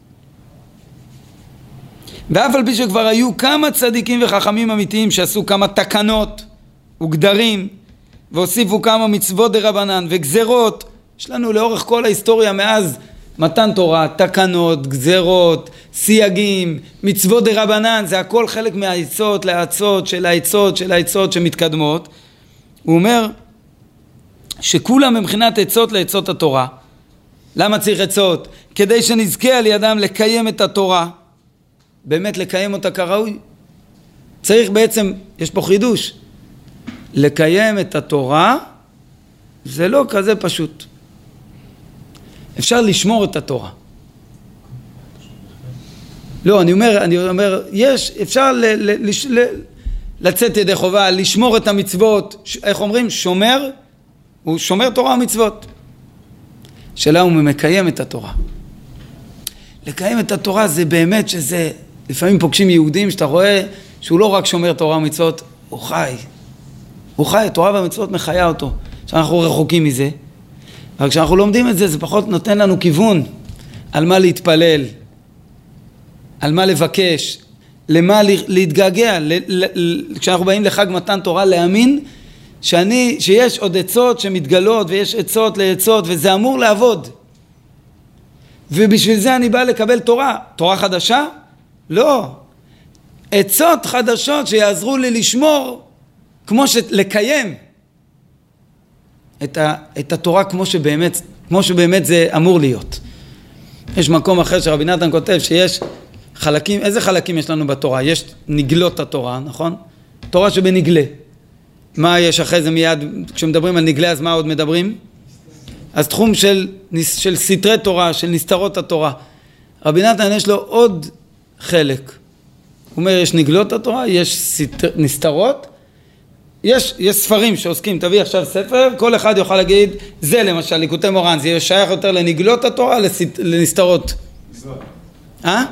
Speaker 1: ואף על פי שכבר היו כמה צדיקים וחכמים אמיתיים שעשו כמה תקנות וגדרים, והוסיפו כמה מצוות דרבנן וגזרות, יש לנו לאורך כל ההיסטוריה מאז מתן תורה, תקנות, גזרות, סייגים, מצוות דרבנן, זה הכל חלק מהעצות לעצות של העצות של העצות שמתקדמות. הוא אומר שכולם מבחינת עצות לעצות התורה. למה צריך עצות? כדי שנזכה על ידם לקיים את התורה, באמת לקיים אותה כראוי. צריך בעצם, יש פה חידוש, לקיים את התורה זה לא כזה פשוט. אפשר לשמור את התורה. לא, אני אומר, אני אומר, יש, אפשר ל, ל, לש, ל, לצאת ידי חובה, לשמור את המצוות, איך אומרים? שומר, הוא שומר תורה ומצוות. שאלה הוא מקיים את התורה. לקיים את התורה זה באמת שזה, לפעמים פוגשים יהודים שאתה רואה שהוא לא רק שומר תורה ומצוות, הוא חי. הוא חי, תורה והמצוות מחיה אותו. שאנחנו רחוקים מזה. אבל כשאנחנו לומדים את זה, זה פחות נותן לנו כיוון על מה להתפלל, על מה לבקש, למה להתגעגע. ל, ל, ל, כשאנחנו באים לחג מתן תורה, להאמין שאני, שיש עוד עצות שמתגלות, ויש עצות לעצות, וזה אמור לעבוד. ובשביל זה אני בא לקבל תורה. תורה חדשה? לא. עצות חדשות שיעזרו לי לשמור, כמו שלקיים את, ה, את התורה כמו שבאמת, כמו שבאמת זה אמור להיות. יש מקום אחר שרבי נתן כותב שיש חלקים, איזה חלקים יש לנו בתורה? יש נגלות התורה, נכון? תורה שבנגלה. מה יש אחרי זה מיד, כשמדברים על נגלה, אז מה עוד מדברים? אז תחום של, של סתרי תורה, של נסתרות התורה. רבי נתן יש לו עוד חלק. הוא אומר, יש נגלות התורה, יש סתר, נסתרות, יש, יש ספרים שעוסקים, תביא עכשיו ספר, כל אחד יוכל להגיד, זה למשל, ליקוטי מורן, זה שייך יותר לנגלות התורה, לסת, לנסתרות. אה?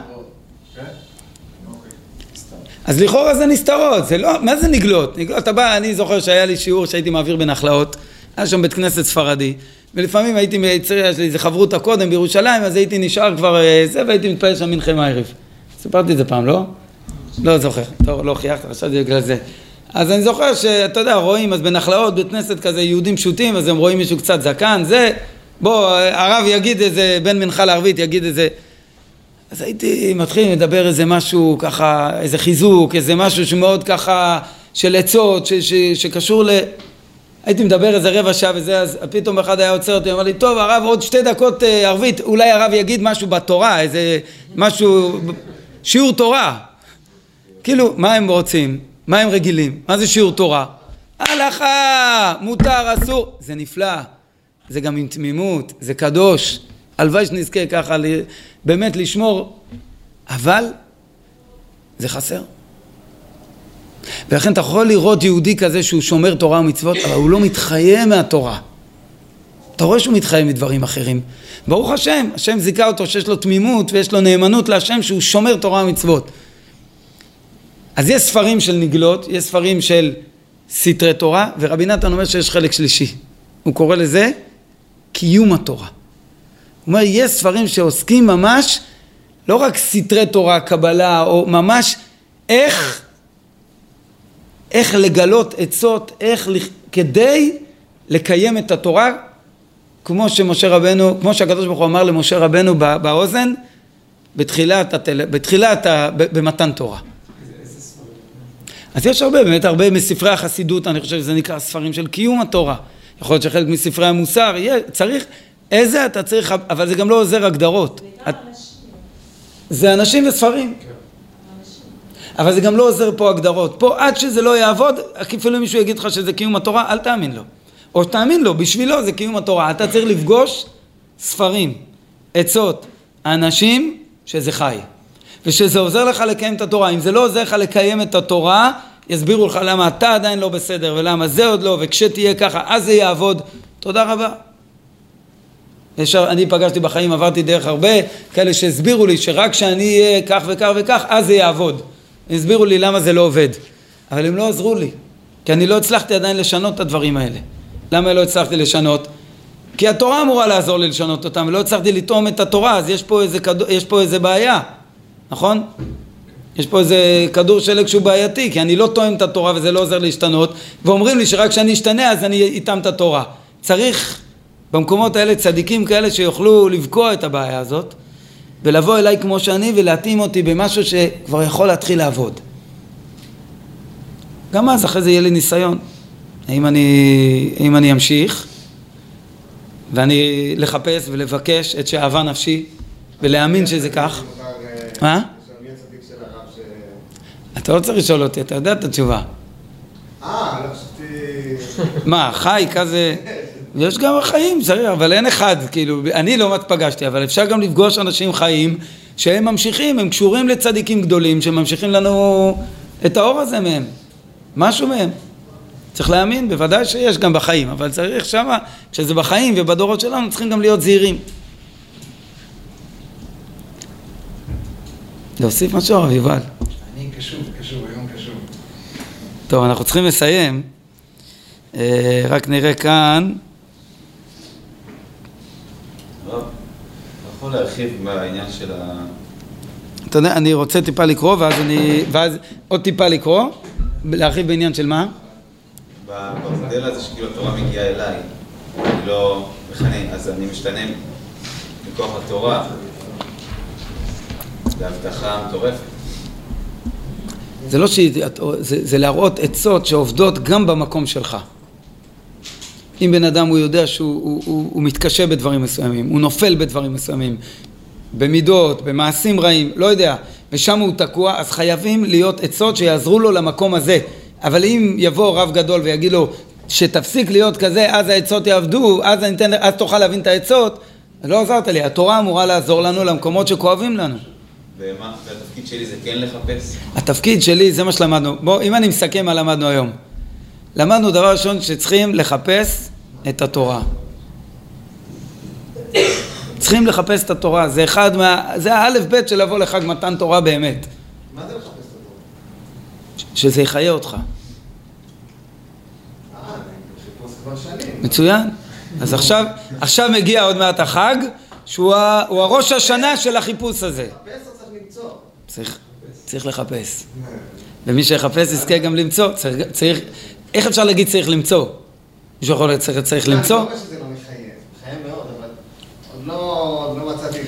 Speaker 1: אז לכאורה זה נסתרות, זה לא, מה זה נגלות? נגלות הבא, אני זוכר שהיה לי שיעור שהייתי מעביר בנחלאות, היה שם בית כנסת ספרדי, ולפעמים הייתי מייצר, יש לי איזה חברות הקודם בירושלים, אז הייתי נשאר כבר זה, והייתי מתפעל שם מנחם הערב. סיפרתי את זה פעם, לא? לא זוכר, טוב, לא חייכת, חשבתי בגלל זה. אז אני זוכר שאתה יודע, רואים, אז בנחלאות, בית כנסת כזה, יהודים פשוטים, אז הם רואים מישהו קצת זקן, זה, בוא, הרב יגיד איזה, בן מנחה לערבית יגיד איזה, אז הייתי מתחיל לדבר איזה משהו ככה, איזה חיזוק, איזה משהו שמאוד ככה של עצות, ש, ש, שקשור ל... הייתי מדבר איזה רבע שעה וזה, אז פתאום אחד היה עוצר אותי, אמר לי, טוב, הרב, עוד שתי דקות ערבית, אולי הרב יגיד משהו בתורה, איזה משהו, שיעור תורה. כאילו, מה הם רוצים? מה הם רגילים? מה זה שיעור תורה? הלכה, מותר, אסור. זה נפלא, זה גם עם תמימות, זה קדוש. הלוואי שנזכה ככה באמת לשמור, אבל זה חסר. ולכן אתה יכול לראות יהודי כזה שהוא שומר תורה ומצוות, אבל הוא לא מתחיה מהתורה. אתה רואה שהוא מתחיה מדברים אחרים. ברוך השם, השם זיכה אותו שיש לו תמימות ויש לו נאמנות להשם שהוא שומר תורה ומצוות. אז יש ספרים של נגלות, יש ספרים של סתרי תורה, ורבי נתן אומר שיש חלק שלישי. הוא קורא לזה קיום התורה. הוא אומר, יש ספרים שעוסקים ממש, לא רק סתרי תורה, קבלה, או ממש איך, איך לגלות עצות, איך כדי לקיים את התורה, כמו שמשה רבנו, כמו שהקדוש ברוך הוא אמר למשה רבנו באוזן, בתחילת, התל... בתחילת ה... במתן תורה. אז יש הרבה, באמת הרבה מספרי החסידות, אני חושב שזה נקרא ספרים של קיום התורה. יכול להיות שחלק מספרי המוסר, צריך, איזה אתה צריך, אבל זה גם לא עוזר הגדרות. את... זה אנשים וספרים. אבל זה גם לא עוזר פה הגדרות. פה עד שזה לא יעבוד, אפילו אם מישהו יגיד לך שזה קיום התורה, אל תאמין לו. או תאמין לו, בשבילו זה קיום התורה. אתה צריך לפגוש ספרים, עצות, אנשים שזה חי. ושזה עוזר לך לקיים את התורה. אם זה לא עוזר לך לקיים את התורה, יסבירו לך למה אתה עדיין לא בסדר, ולמה זה עוד לא, וכשתהיה ככה, אז זה יעבוד. תודה רבה. אני פגשתי בחיים, עברתי דרך הרבה כאלה שהסבירו לי שרק כשאני אהיה כך וכך וכך, אז זה יעבוד. הסבירו לי למה זה לא עובד. אבל הם לא עזרו לי, כי אני לא הצלחתי עדיין לשנות את הדברים האלה. למה לא הצלחתי לשנות? כי התורה אמורה לעזור לי לשנות אותם, ולא הצלחתי לטעום את התורה, אז יש פה איזה, יש פה איזה בעיה. נכון? יש פה איזה כדור שלג שהוא בעייתי, כי אני לא טועם את התורה וזה לא עוזר להשתנות, ואומרים לי שרק כשאני אשתנה אז אני אטעם את התורה. צריך במקומות האלה צדיקים כאלה שיוכלו לבקוע את הבעיה הזאת, ולבוא אליי כמו שאני ולהתאים אותי במשהו שכבר יכול להתחיל לעבוד. גם אז אחרי זה יהיה לי ניסיון. אם אני, אם אני אמשיך, ואני לחפש ולבקש את שאהבה נפשי, ולהאמין שזה כך. מה? אתה לא צריך לשאול אותי, אתה יודע את התשובה.
Speaker 6: אה, לא חשבתי...
Speaker 1: מה, חי כזה... יש גם חיים, צריך, אבל אין אחד, כאילו, אני לא מעט פגשתי, אבל אפשר גם לפגוש אנשים חיים שהם ממשיכים, הם קשורים לצדיקים גדולים, שממשיכים לנו את האור הזה מהם, משהו מהם. צריך להאמין, בוודאי שיש גם בחיים, אבל צריך שמה, כשזה בחיים ובדורות שלנו, צריכים גם להיות זהירים. להוסיף משהו, הרב יובל?
Speaker 6: אני קשוב, קשוב, היום קשוב.
Speaker 1: טוב, אנחנו צריכים לסיים. רק נראה כאן.
Speaker 2: טוב, יכול להרחיב בעניין של ה...
Speaker 1: אתה יודע, אני רוצה טיפה לקרוא, ואז אני... ואז עוד טיפה לקרוא, להרחיב בעניין של מה?
Speaker 2: במודל הזה שכאילו התורה מגיעה אליי, אני לא מכנה, אז אני משתנה מכוח התורה. זה הבטחה מטורפת.
Speaker 1: זה לא ש... זה, זה להראות עצות שעובדות גם במקום שלך. אם בן אדם הוא יודע שהוא הוא, הוא, הוא מתקשה בדברים מסוימים, הוא נופל בדברים מסוימים, במידות, במעשים רעים, לא יודע, ושם הוא תקוע, אז חייבים להיות עצות שיעזרו לו למקום הזה. אבל אם יבוא רב גדול ויגיד לו שתפסיק להיות כזה, אז העצות יעבדו, אז, אני אתן, אז תוכל להבין את העצות, אז לא עזרת לי. התורה אמורה לעזור לנו למקומות שכואבים לנו.
Speaker 2: ומה? והתפקיד שלי זה כן לחפש?
Speaker 1: התפקיד שלי זה מה שלמדנו. בוא, אם אני מסכם מה למדנו היום. למדנו דבר ראשון שצריכים לחפש את התורה. צריכים לחפש את התורה. זה אחד מה... זה האלף בית של לבוא לחג מתן תורה באמת.
Speaker 6: מה זה לחפש את התורה?
Speaker 1: שזה יחיה אותך.
Speaker 6: אה, אני חיפוש כבר שנים.
Speaker 1: מצוין. אז עכשיו, עכשיו מגיע עוד מעט החג, שהוא ה... הוא הראש השנה של החיפוש הזה.
Speaker 6: לחפש או צריך למצוא?
Speaker 1: צריך, צריך לחפש. ומי שיחפש יזכה גם למצוא. צריך, צריך, איך אפשר להגיד צריך למצוא? מישהו יכול לצריך, צריך למצוא?
Speaker 6: אני לא אומר שזה לא מחייב, מחייב מאוד, אבל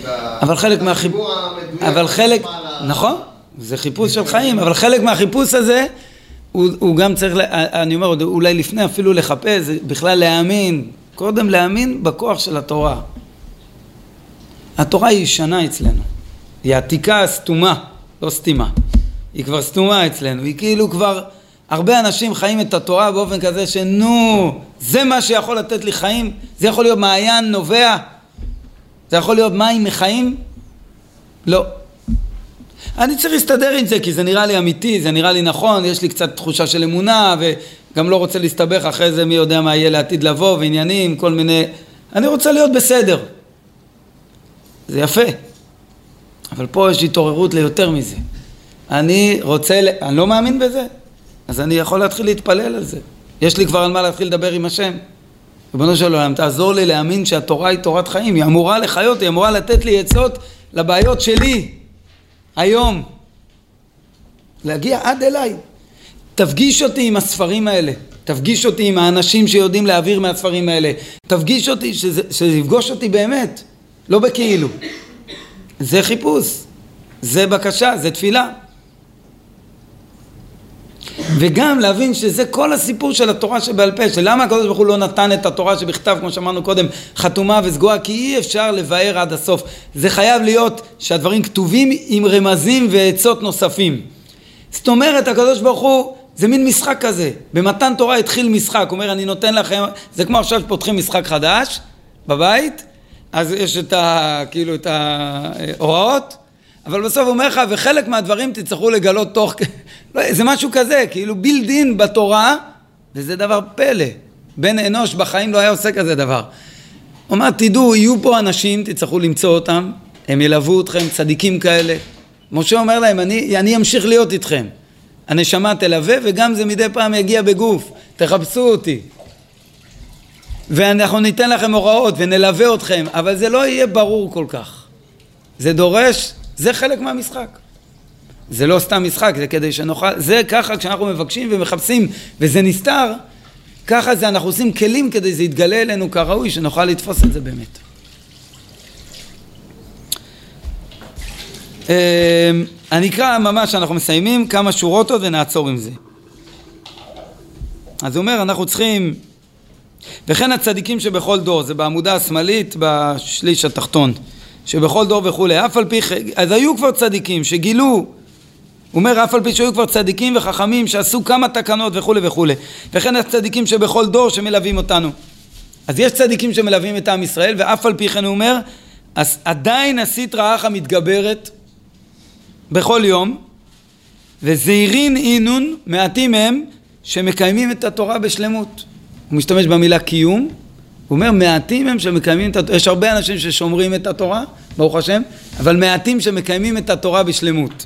Speaker 1: אבל חלק מהחיפוש, אבל חלק, נכון, זה חיפוש של חיים, אבל חלק מהחיפוש הזה, הוא, הוא גם צריך, אני אומר, אולי לפני אפילו לחפש, בכלל להאמין, קודם להאמין בכוח של התורה. התורה היא ישנה אצלנו, היא עתיקה סתומה, לא סתימה, היא כבר סתומה אצלנו, היא כאילו כבר, הרבה אנשים חיים את התורה באופן כזה שנו, זה מה שיכול לתת לי חיים, זה יכול להיות מעיין נובע, זה יכול להיות מים מחיים? לא. אני צריך להסתדר עם זה, כי זה נראה לי אמיתי, זה נראה לי נכון, יש לי קצת תחושה של אמונה, וגם לא רוצה להסתבך אחרי זה, מי יודע מה יהיה לעתיד לבוא, ועניינים, כל מיני... אני רוצה להיות בסדר. זה יפה. אבל פה יש התעוררות ליותר מזה. אני רוצה... אני לא מאמין בזה, אז אני יכול להתחיל להתפלל על זה. יש לי כבר על מה להתחיל לדבר עם השם. ריבונו של עולם, תעזור לי להאמין שהתורה היא תורת חיים, היא אמורה לחיות, היא אמורה לתת לי עצות לבעיות שלי. היום, להגיע עד אליי, תפגיש אותי עם הספרים האלה, תפגיש אותי עם האנשים שיודעים להעביר מהספרים האלה, תפגיש אותי, שזה, שזה יפגוש אותי באמת, לא בכאילו. זה חיפוש, זה בקשה, זה תפילה. וגם להבין שזה כל הסיפור של התורה שבעל פה, שלמה הקדוש ברוך הוא לא נתן את התורה שבכתב, כמו שאמרנו קודם, חתומה וסגורה, כי אי אפשר לבאר עד הסוף. זה חייב להיות שהדברים כתובים עם רמזים ועצות נוספים. זאת אומרת, הקדוש ברוך הוא, זה מין משחק כזה. במתן תורה התחיל משחק, הוא אומר, אני נותן לכם, זה כמו עכשיו שפותחים משחק חדש בבית, אז יש את ה, כאילו, את ההוראות, אבל בסוף הוא אומר לך, וחלק מהדברים תצטרכו לגלות תוך, לא, זה משהו כזה, כאילו בילדין בתורה, וזה דבר פלא. בן אנוש בחיים לא היה עושה כזה דבר. הוא אומר, תדעו, יהיו פה אנשים, תצטרכו למצוא אותם, הם ילוו אתכם, צדיקים כאלה. משה אומר להם, אני, אני אמשיך להיות איתכם. הנשמה תלווה, וגם זה מדי פעם יגיע בגוף. תחפשו אותי. ואנחנו ניתן לכם הוראות ונלווה אתכם, אבל זה לא יהיה ברור כל כך. זה דורש, זה חלק מהמשחק. זה לא סתם משחק, זה כדי שנוכל, זה ככה כשאנחנו מבקשים ומחפשים וזה נסתר, ככה זה אנחנו עושים כלים כדי זה יתגלה אלינו כראוי, שנוכל לתפוס את זה באמת. אני אקרא ממש, אנחנו מסיימים כמה שורות עוד ונעצור עם זה. אז הוא אומר, אנחנו צריכים, וכן הצדיקים שבכל דור, זה בעמודה השמאלית, בשליש התחתון, שבכל דור וכולי, אף על פי, אז היו כבר צדיקים שגילו, הוא אומר, אף על פי שהיו כבר צדיקים וחכמים שעשו כמה תקנות וכולי וכולי, וכן הצדיקים שבכל דור שמלווים אותנו. אז יש צדיקים שמלווים את עם ישראל, ואף על פי כן הוא אומר, אז עדיין הסטרא אחרא מתגברת בכל יום, וזהירין אינון, מעטים הם, שמקיימים את התורה בשלמות. הוא משתמש במילה קיום, הוא אומר, מעטים הם שמקיימים את התורה, יש הרבה אנשים ששומרים את התורה, ברוך השם, אבל מעטים שמקיימים את התורה בשלמות.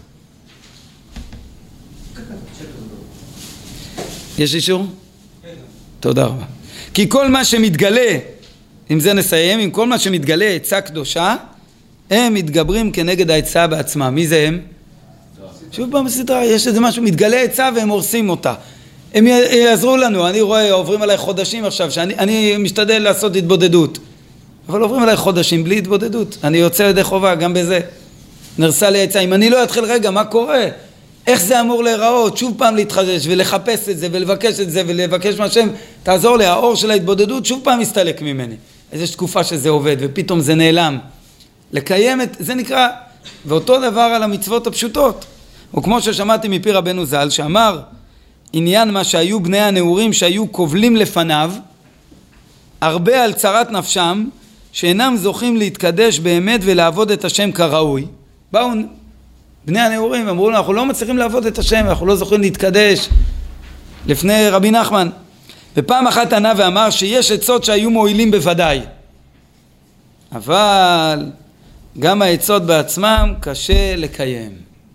Speaker 1: יש אישור? תודה רבה. כי כל מה שמתגלה, עם זה נסיים, עם כל מה שמתגלה עצה קדושה, הם מתגברים כנגד העצה בעצמם. מי זה הם? שוב פעם בסדרה, יש איזה משהו, מתגלה עצה והם הורסים אותה. הם יעזרו לנו, אני רואה, עוברים עליי חודשים עכשיו, שאני אני משתדל לעשות התבודדות. אבל עוברים עליי חודשים בלי התבודדות. אני יוצא לידי חובה, גם בזה. נרסה לי עצה. אם אני לא אתחיל רגע, מה קורה? איך זה אמור להיראות? שוב פעם להתחדש ולחפש את זה ולבקש את זה ולבקש מהשם, תעזור לי, האור של ההתבודדות שוב פעם מסתלק ממני. איזו תקופה שזה עובד ופתאום זה נעלם. לקיים את, זה נקרא, ואותו דבר על המצוות הפשוטות. או כמו ששמעתי מפי רבנו ז"ל, שאמר, עניין מה שהיו בני הנעורים שהיו קובלים לפניו, הרבה על צרת נפשם, שאינם זוכים להתקדש באמת ולעבוד את השם כראוי. באו בני הנעורים, אמרו לו, אנחנו לא מצליחים לעבוד את השם, אנחנו לא זוכים להתקדש. לפני רבי נחמן. ופעם אחת ענה ואמר שיש עצות שהיו מועילים בוודאי. אבל גם העצות בעצמם קשה לקיים.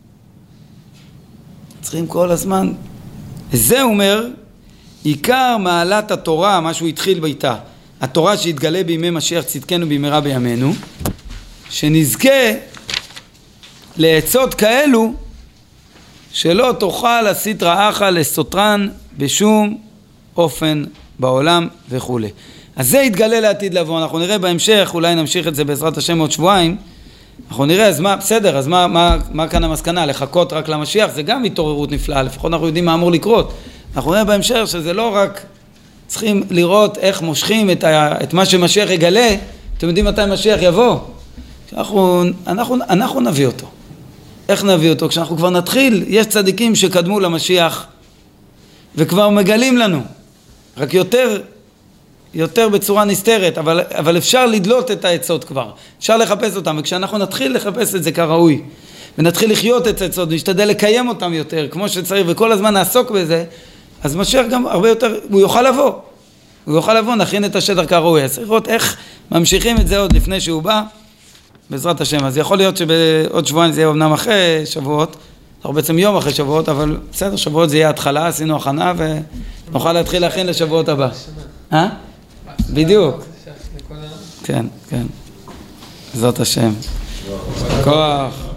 Speaker 1: צריכים כל הזמן. זה אומר, עיקר מעלת התורה, מה שהוא התחיל ביתה, התורה שהתגלה בימי משיח צדקנו במהרה בימינו, שנזכה לעצות כאלו שלא תוכל הסטרא אחרא לסותרן בשום אופן בעולם וכו'. אז זה יתגלה לעתיד לבוא, אנחנו נראה בהמשך, אולי נמשיך את זה בעזרת השם עוד שבועיים, אנחנו נראה, אז מה, בסדר, אז מה, מה, מה כאן המסקנה? לחכות רק למשיח, זה גם התעוררות נפלאה, לפחות אנחנו יודעים מה אמור לקרות. אנחנו נראה בהמשך שזה לא רק צריכים לראות איך מושכים את, ה, את מה שמשיח יגלה, אתם יודעים מתי משיח יבוא? אנחנו, אנחנו, אנחנו נביא אותו. איך נביא אותו? כשאנחנו כבר נתחיל, יש צדיקים שקדמו למשיח וכבר מגלים לנו, רק יותר, יותר בצורה נסתרת, אבל, אבל אפשר לדלות את העצות כבר, אפשר לחפש אותם, וכשאנחנו נתחיל לחפש את זה כראוי, ונתחיל לחיות את העצות, ונשתדל לקיים אותם יותר, כמו שצריך, וכל הזמן נעסוק בזה, אז משיח גם הרבה יותר, הוא יוכל לבוא, הוא יוכל לבוא, נכין את השטח כראוי, אז צריך לראות איך ממשיכים את זה עוד לפני שהוא בא, בעזרת השם. אז יכול להיות שבעוד שבועיים זה יהיה אמנם אחרי שבועות, או בעצם יום אחרי שבועות, אבל בסדר, שבועות זה יהיה התחלה, עשינו הכנה ונוכל להתחיל להכין לשבועות הבא. אה? בדיוק. כן, כן. בעזרת השם. כוח.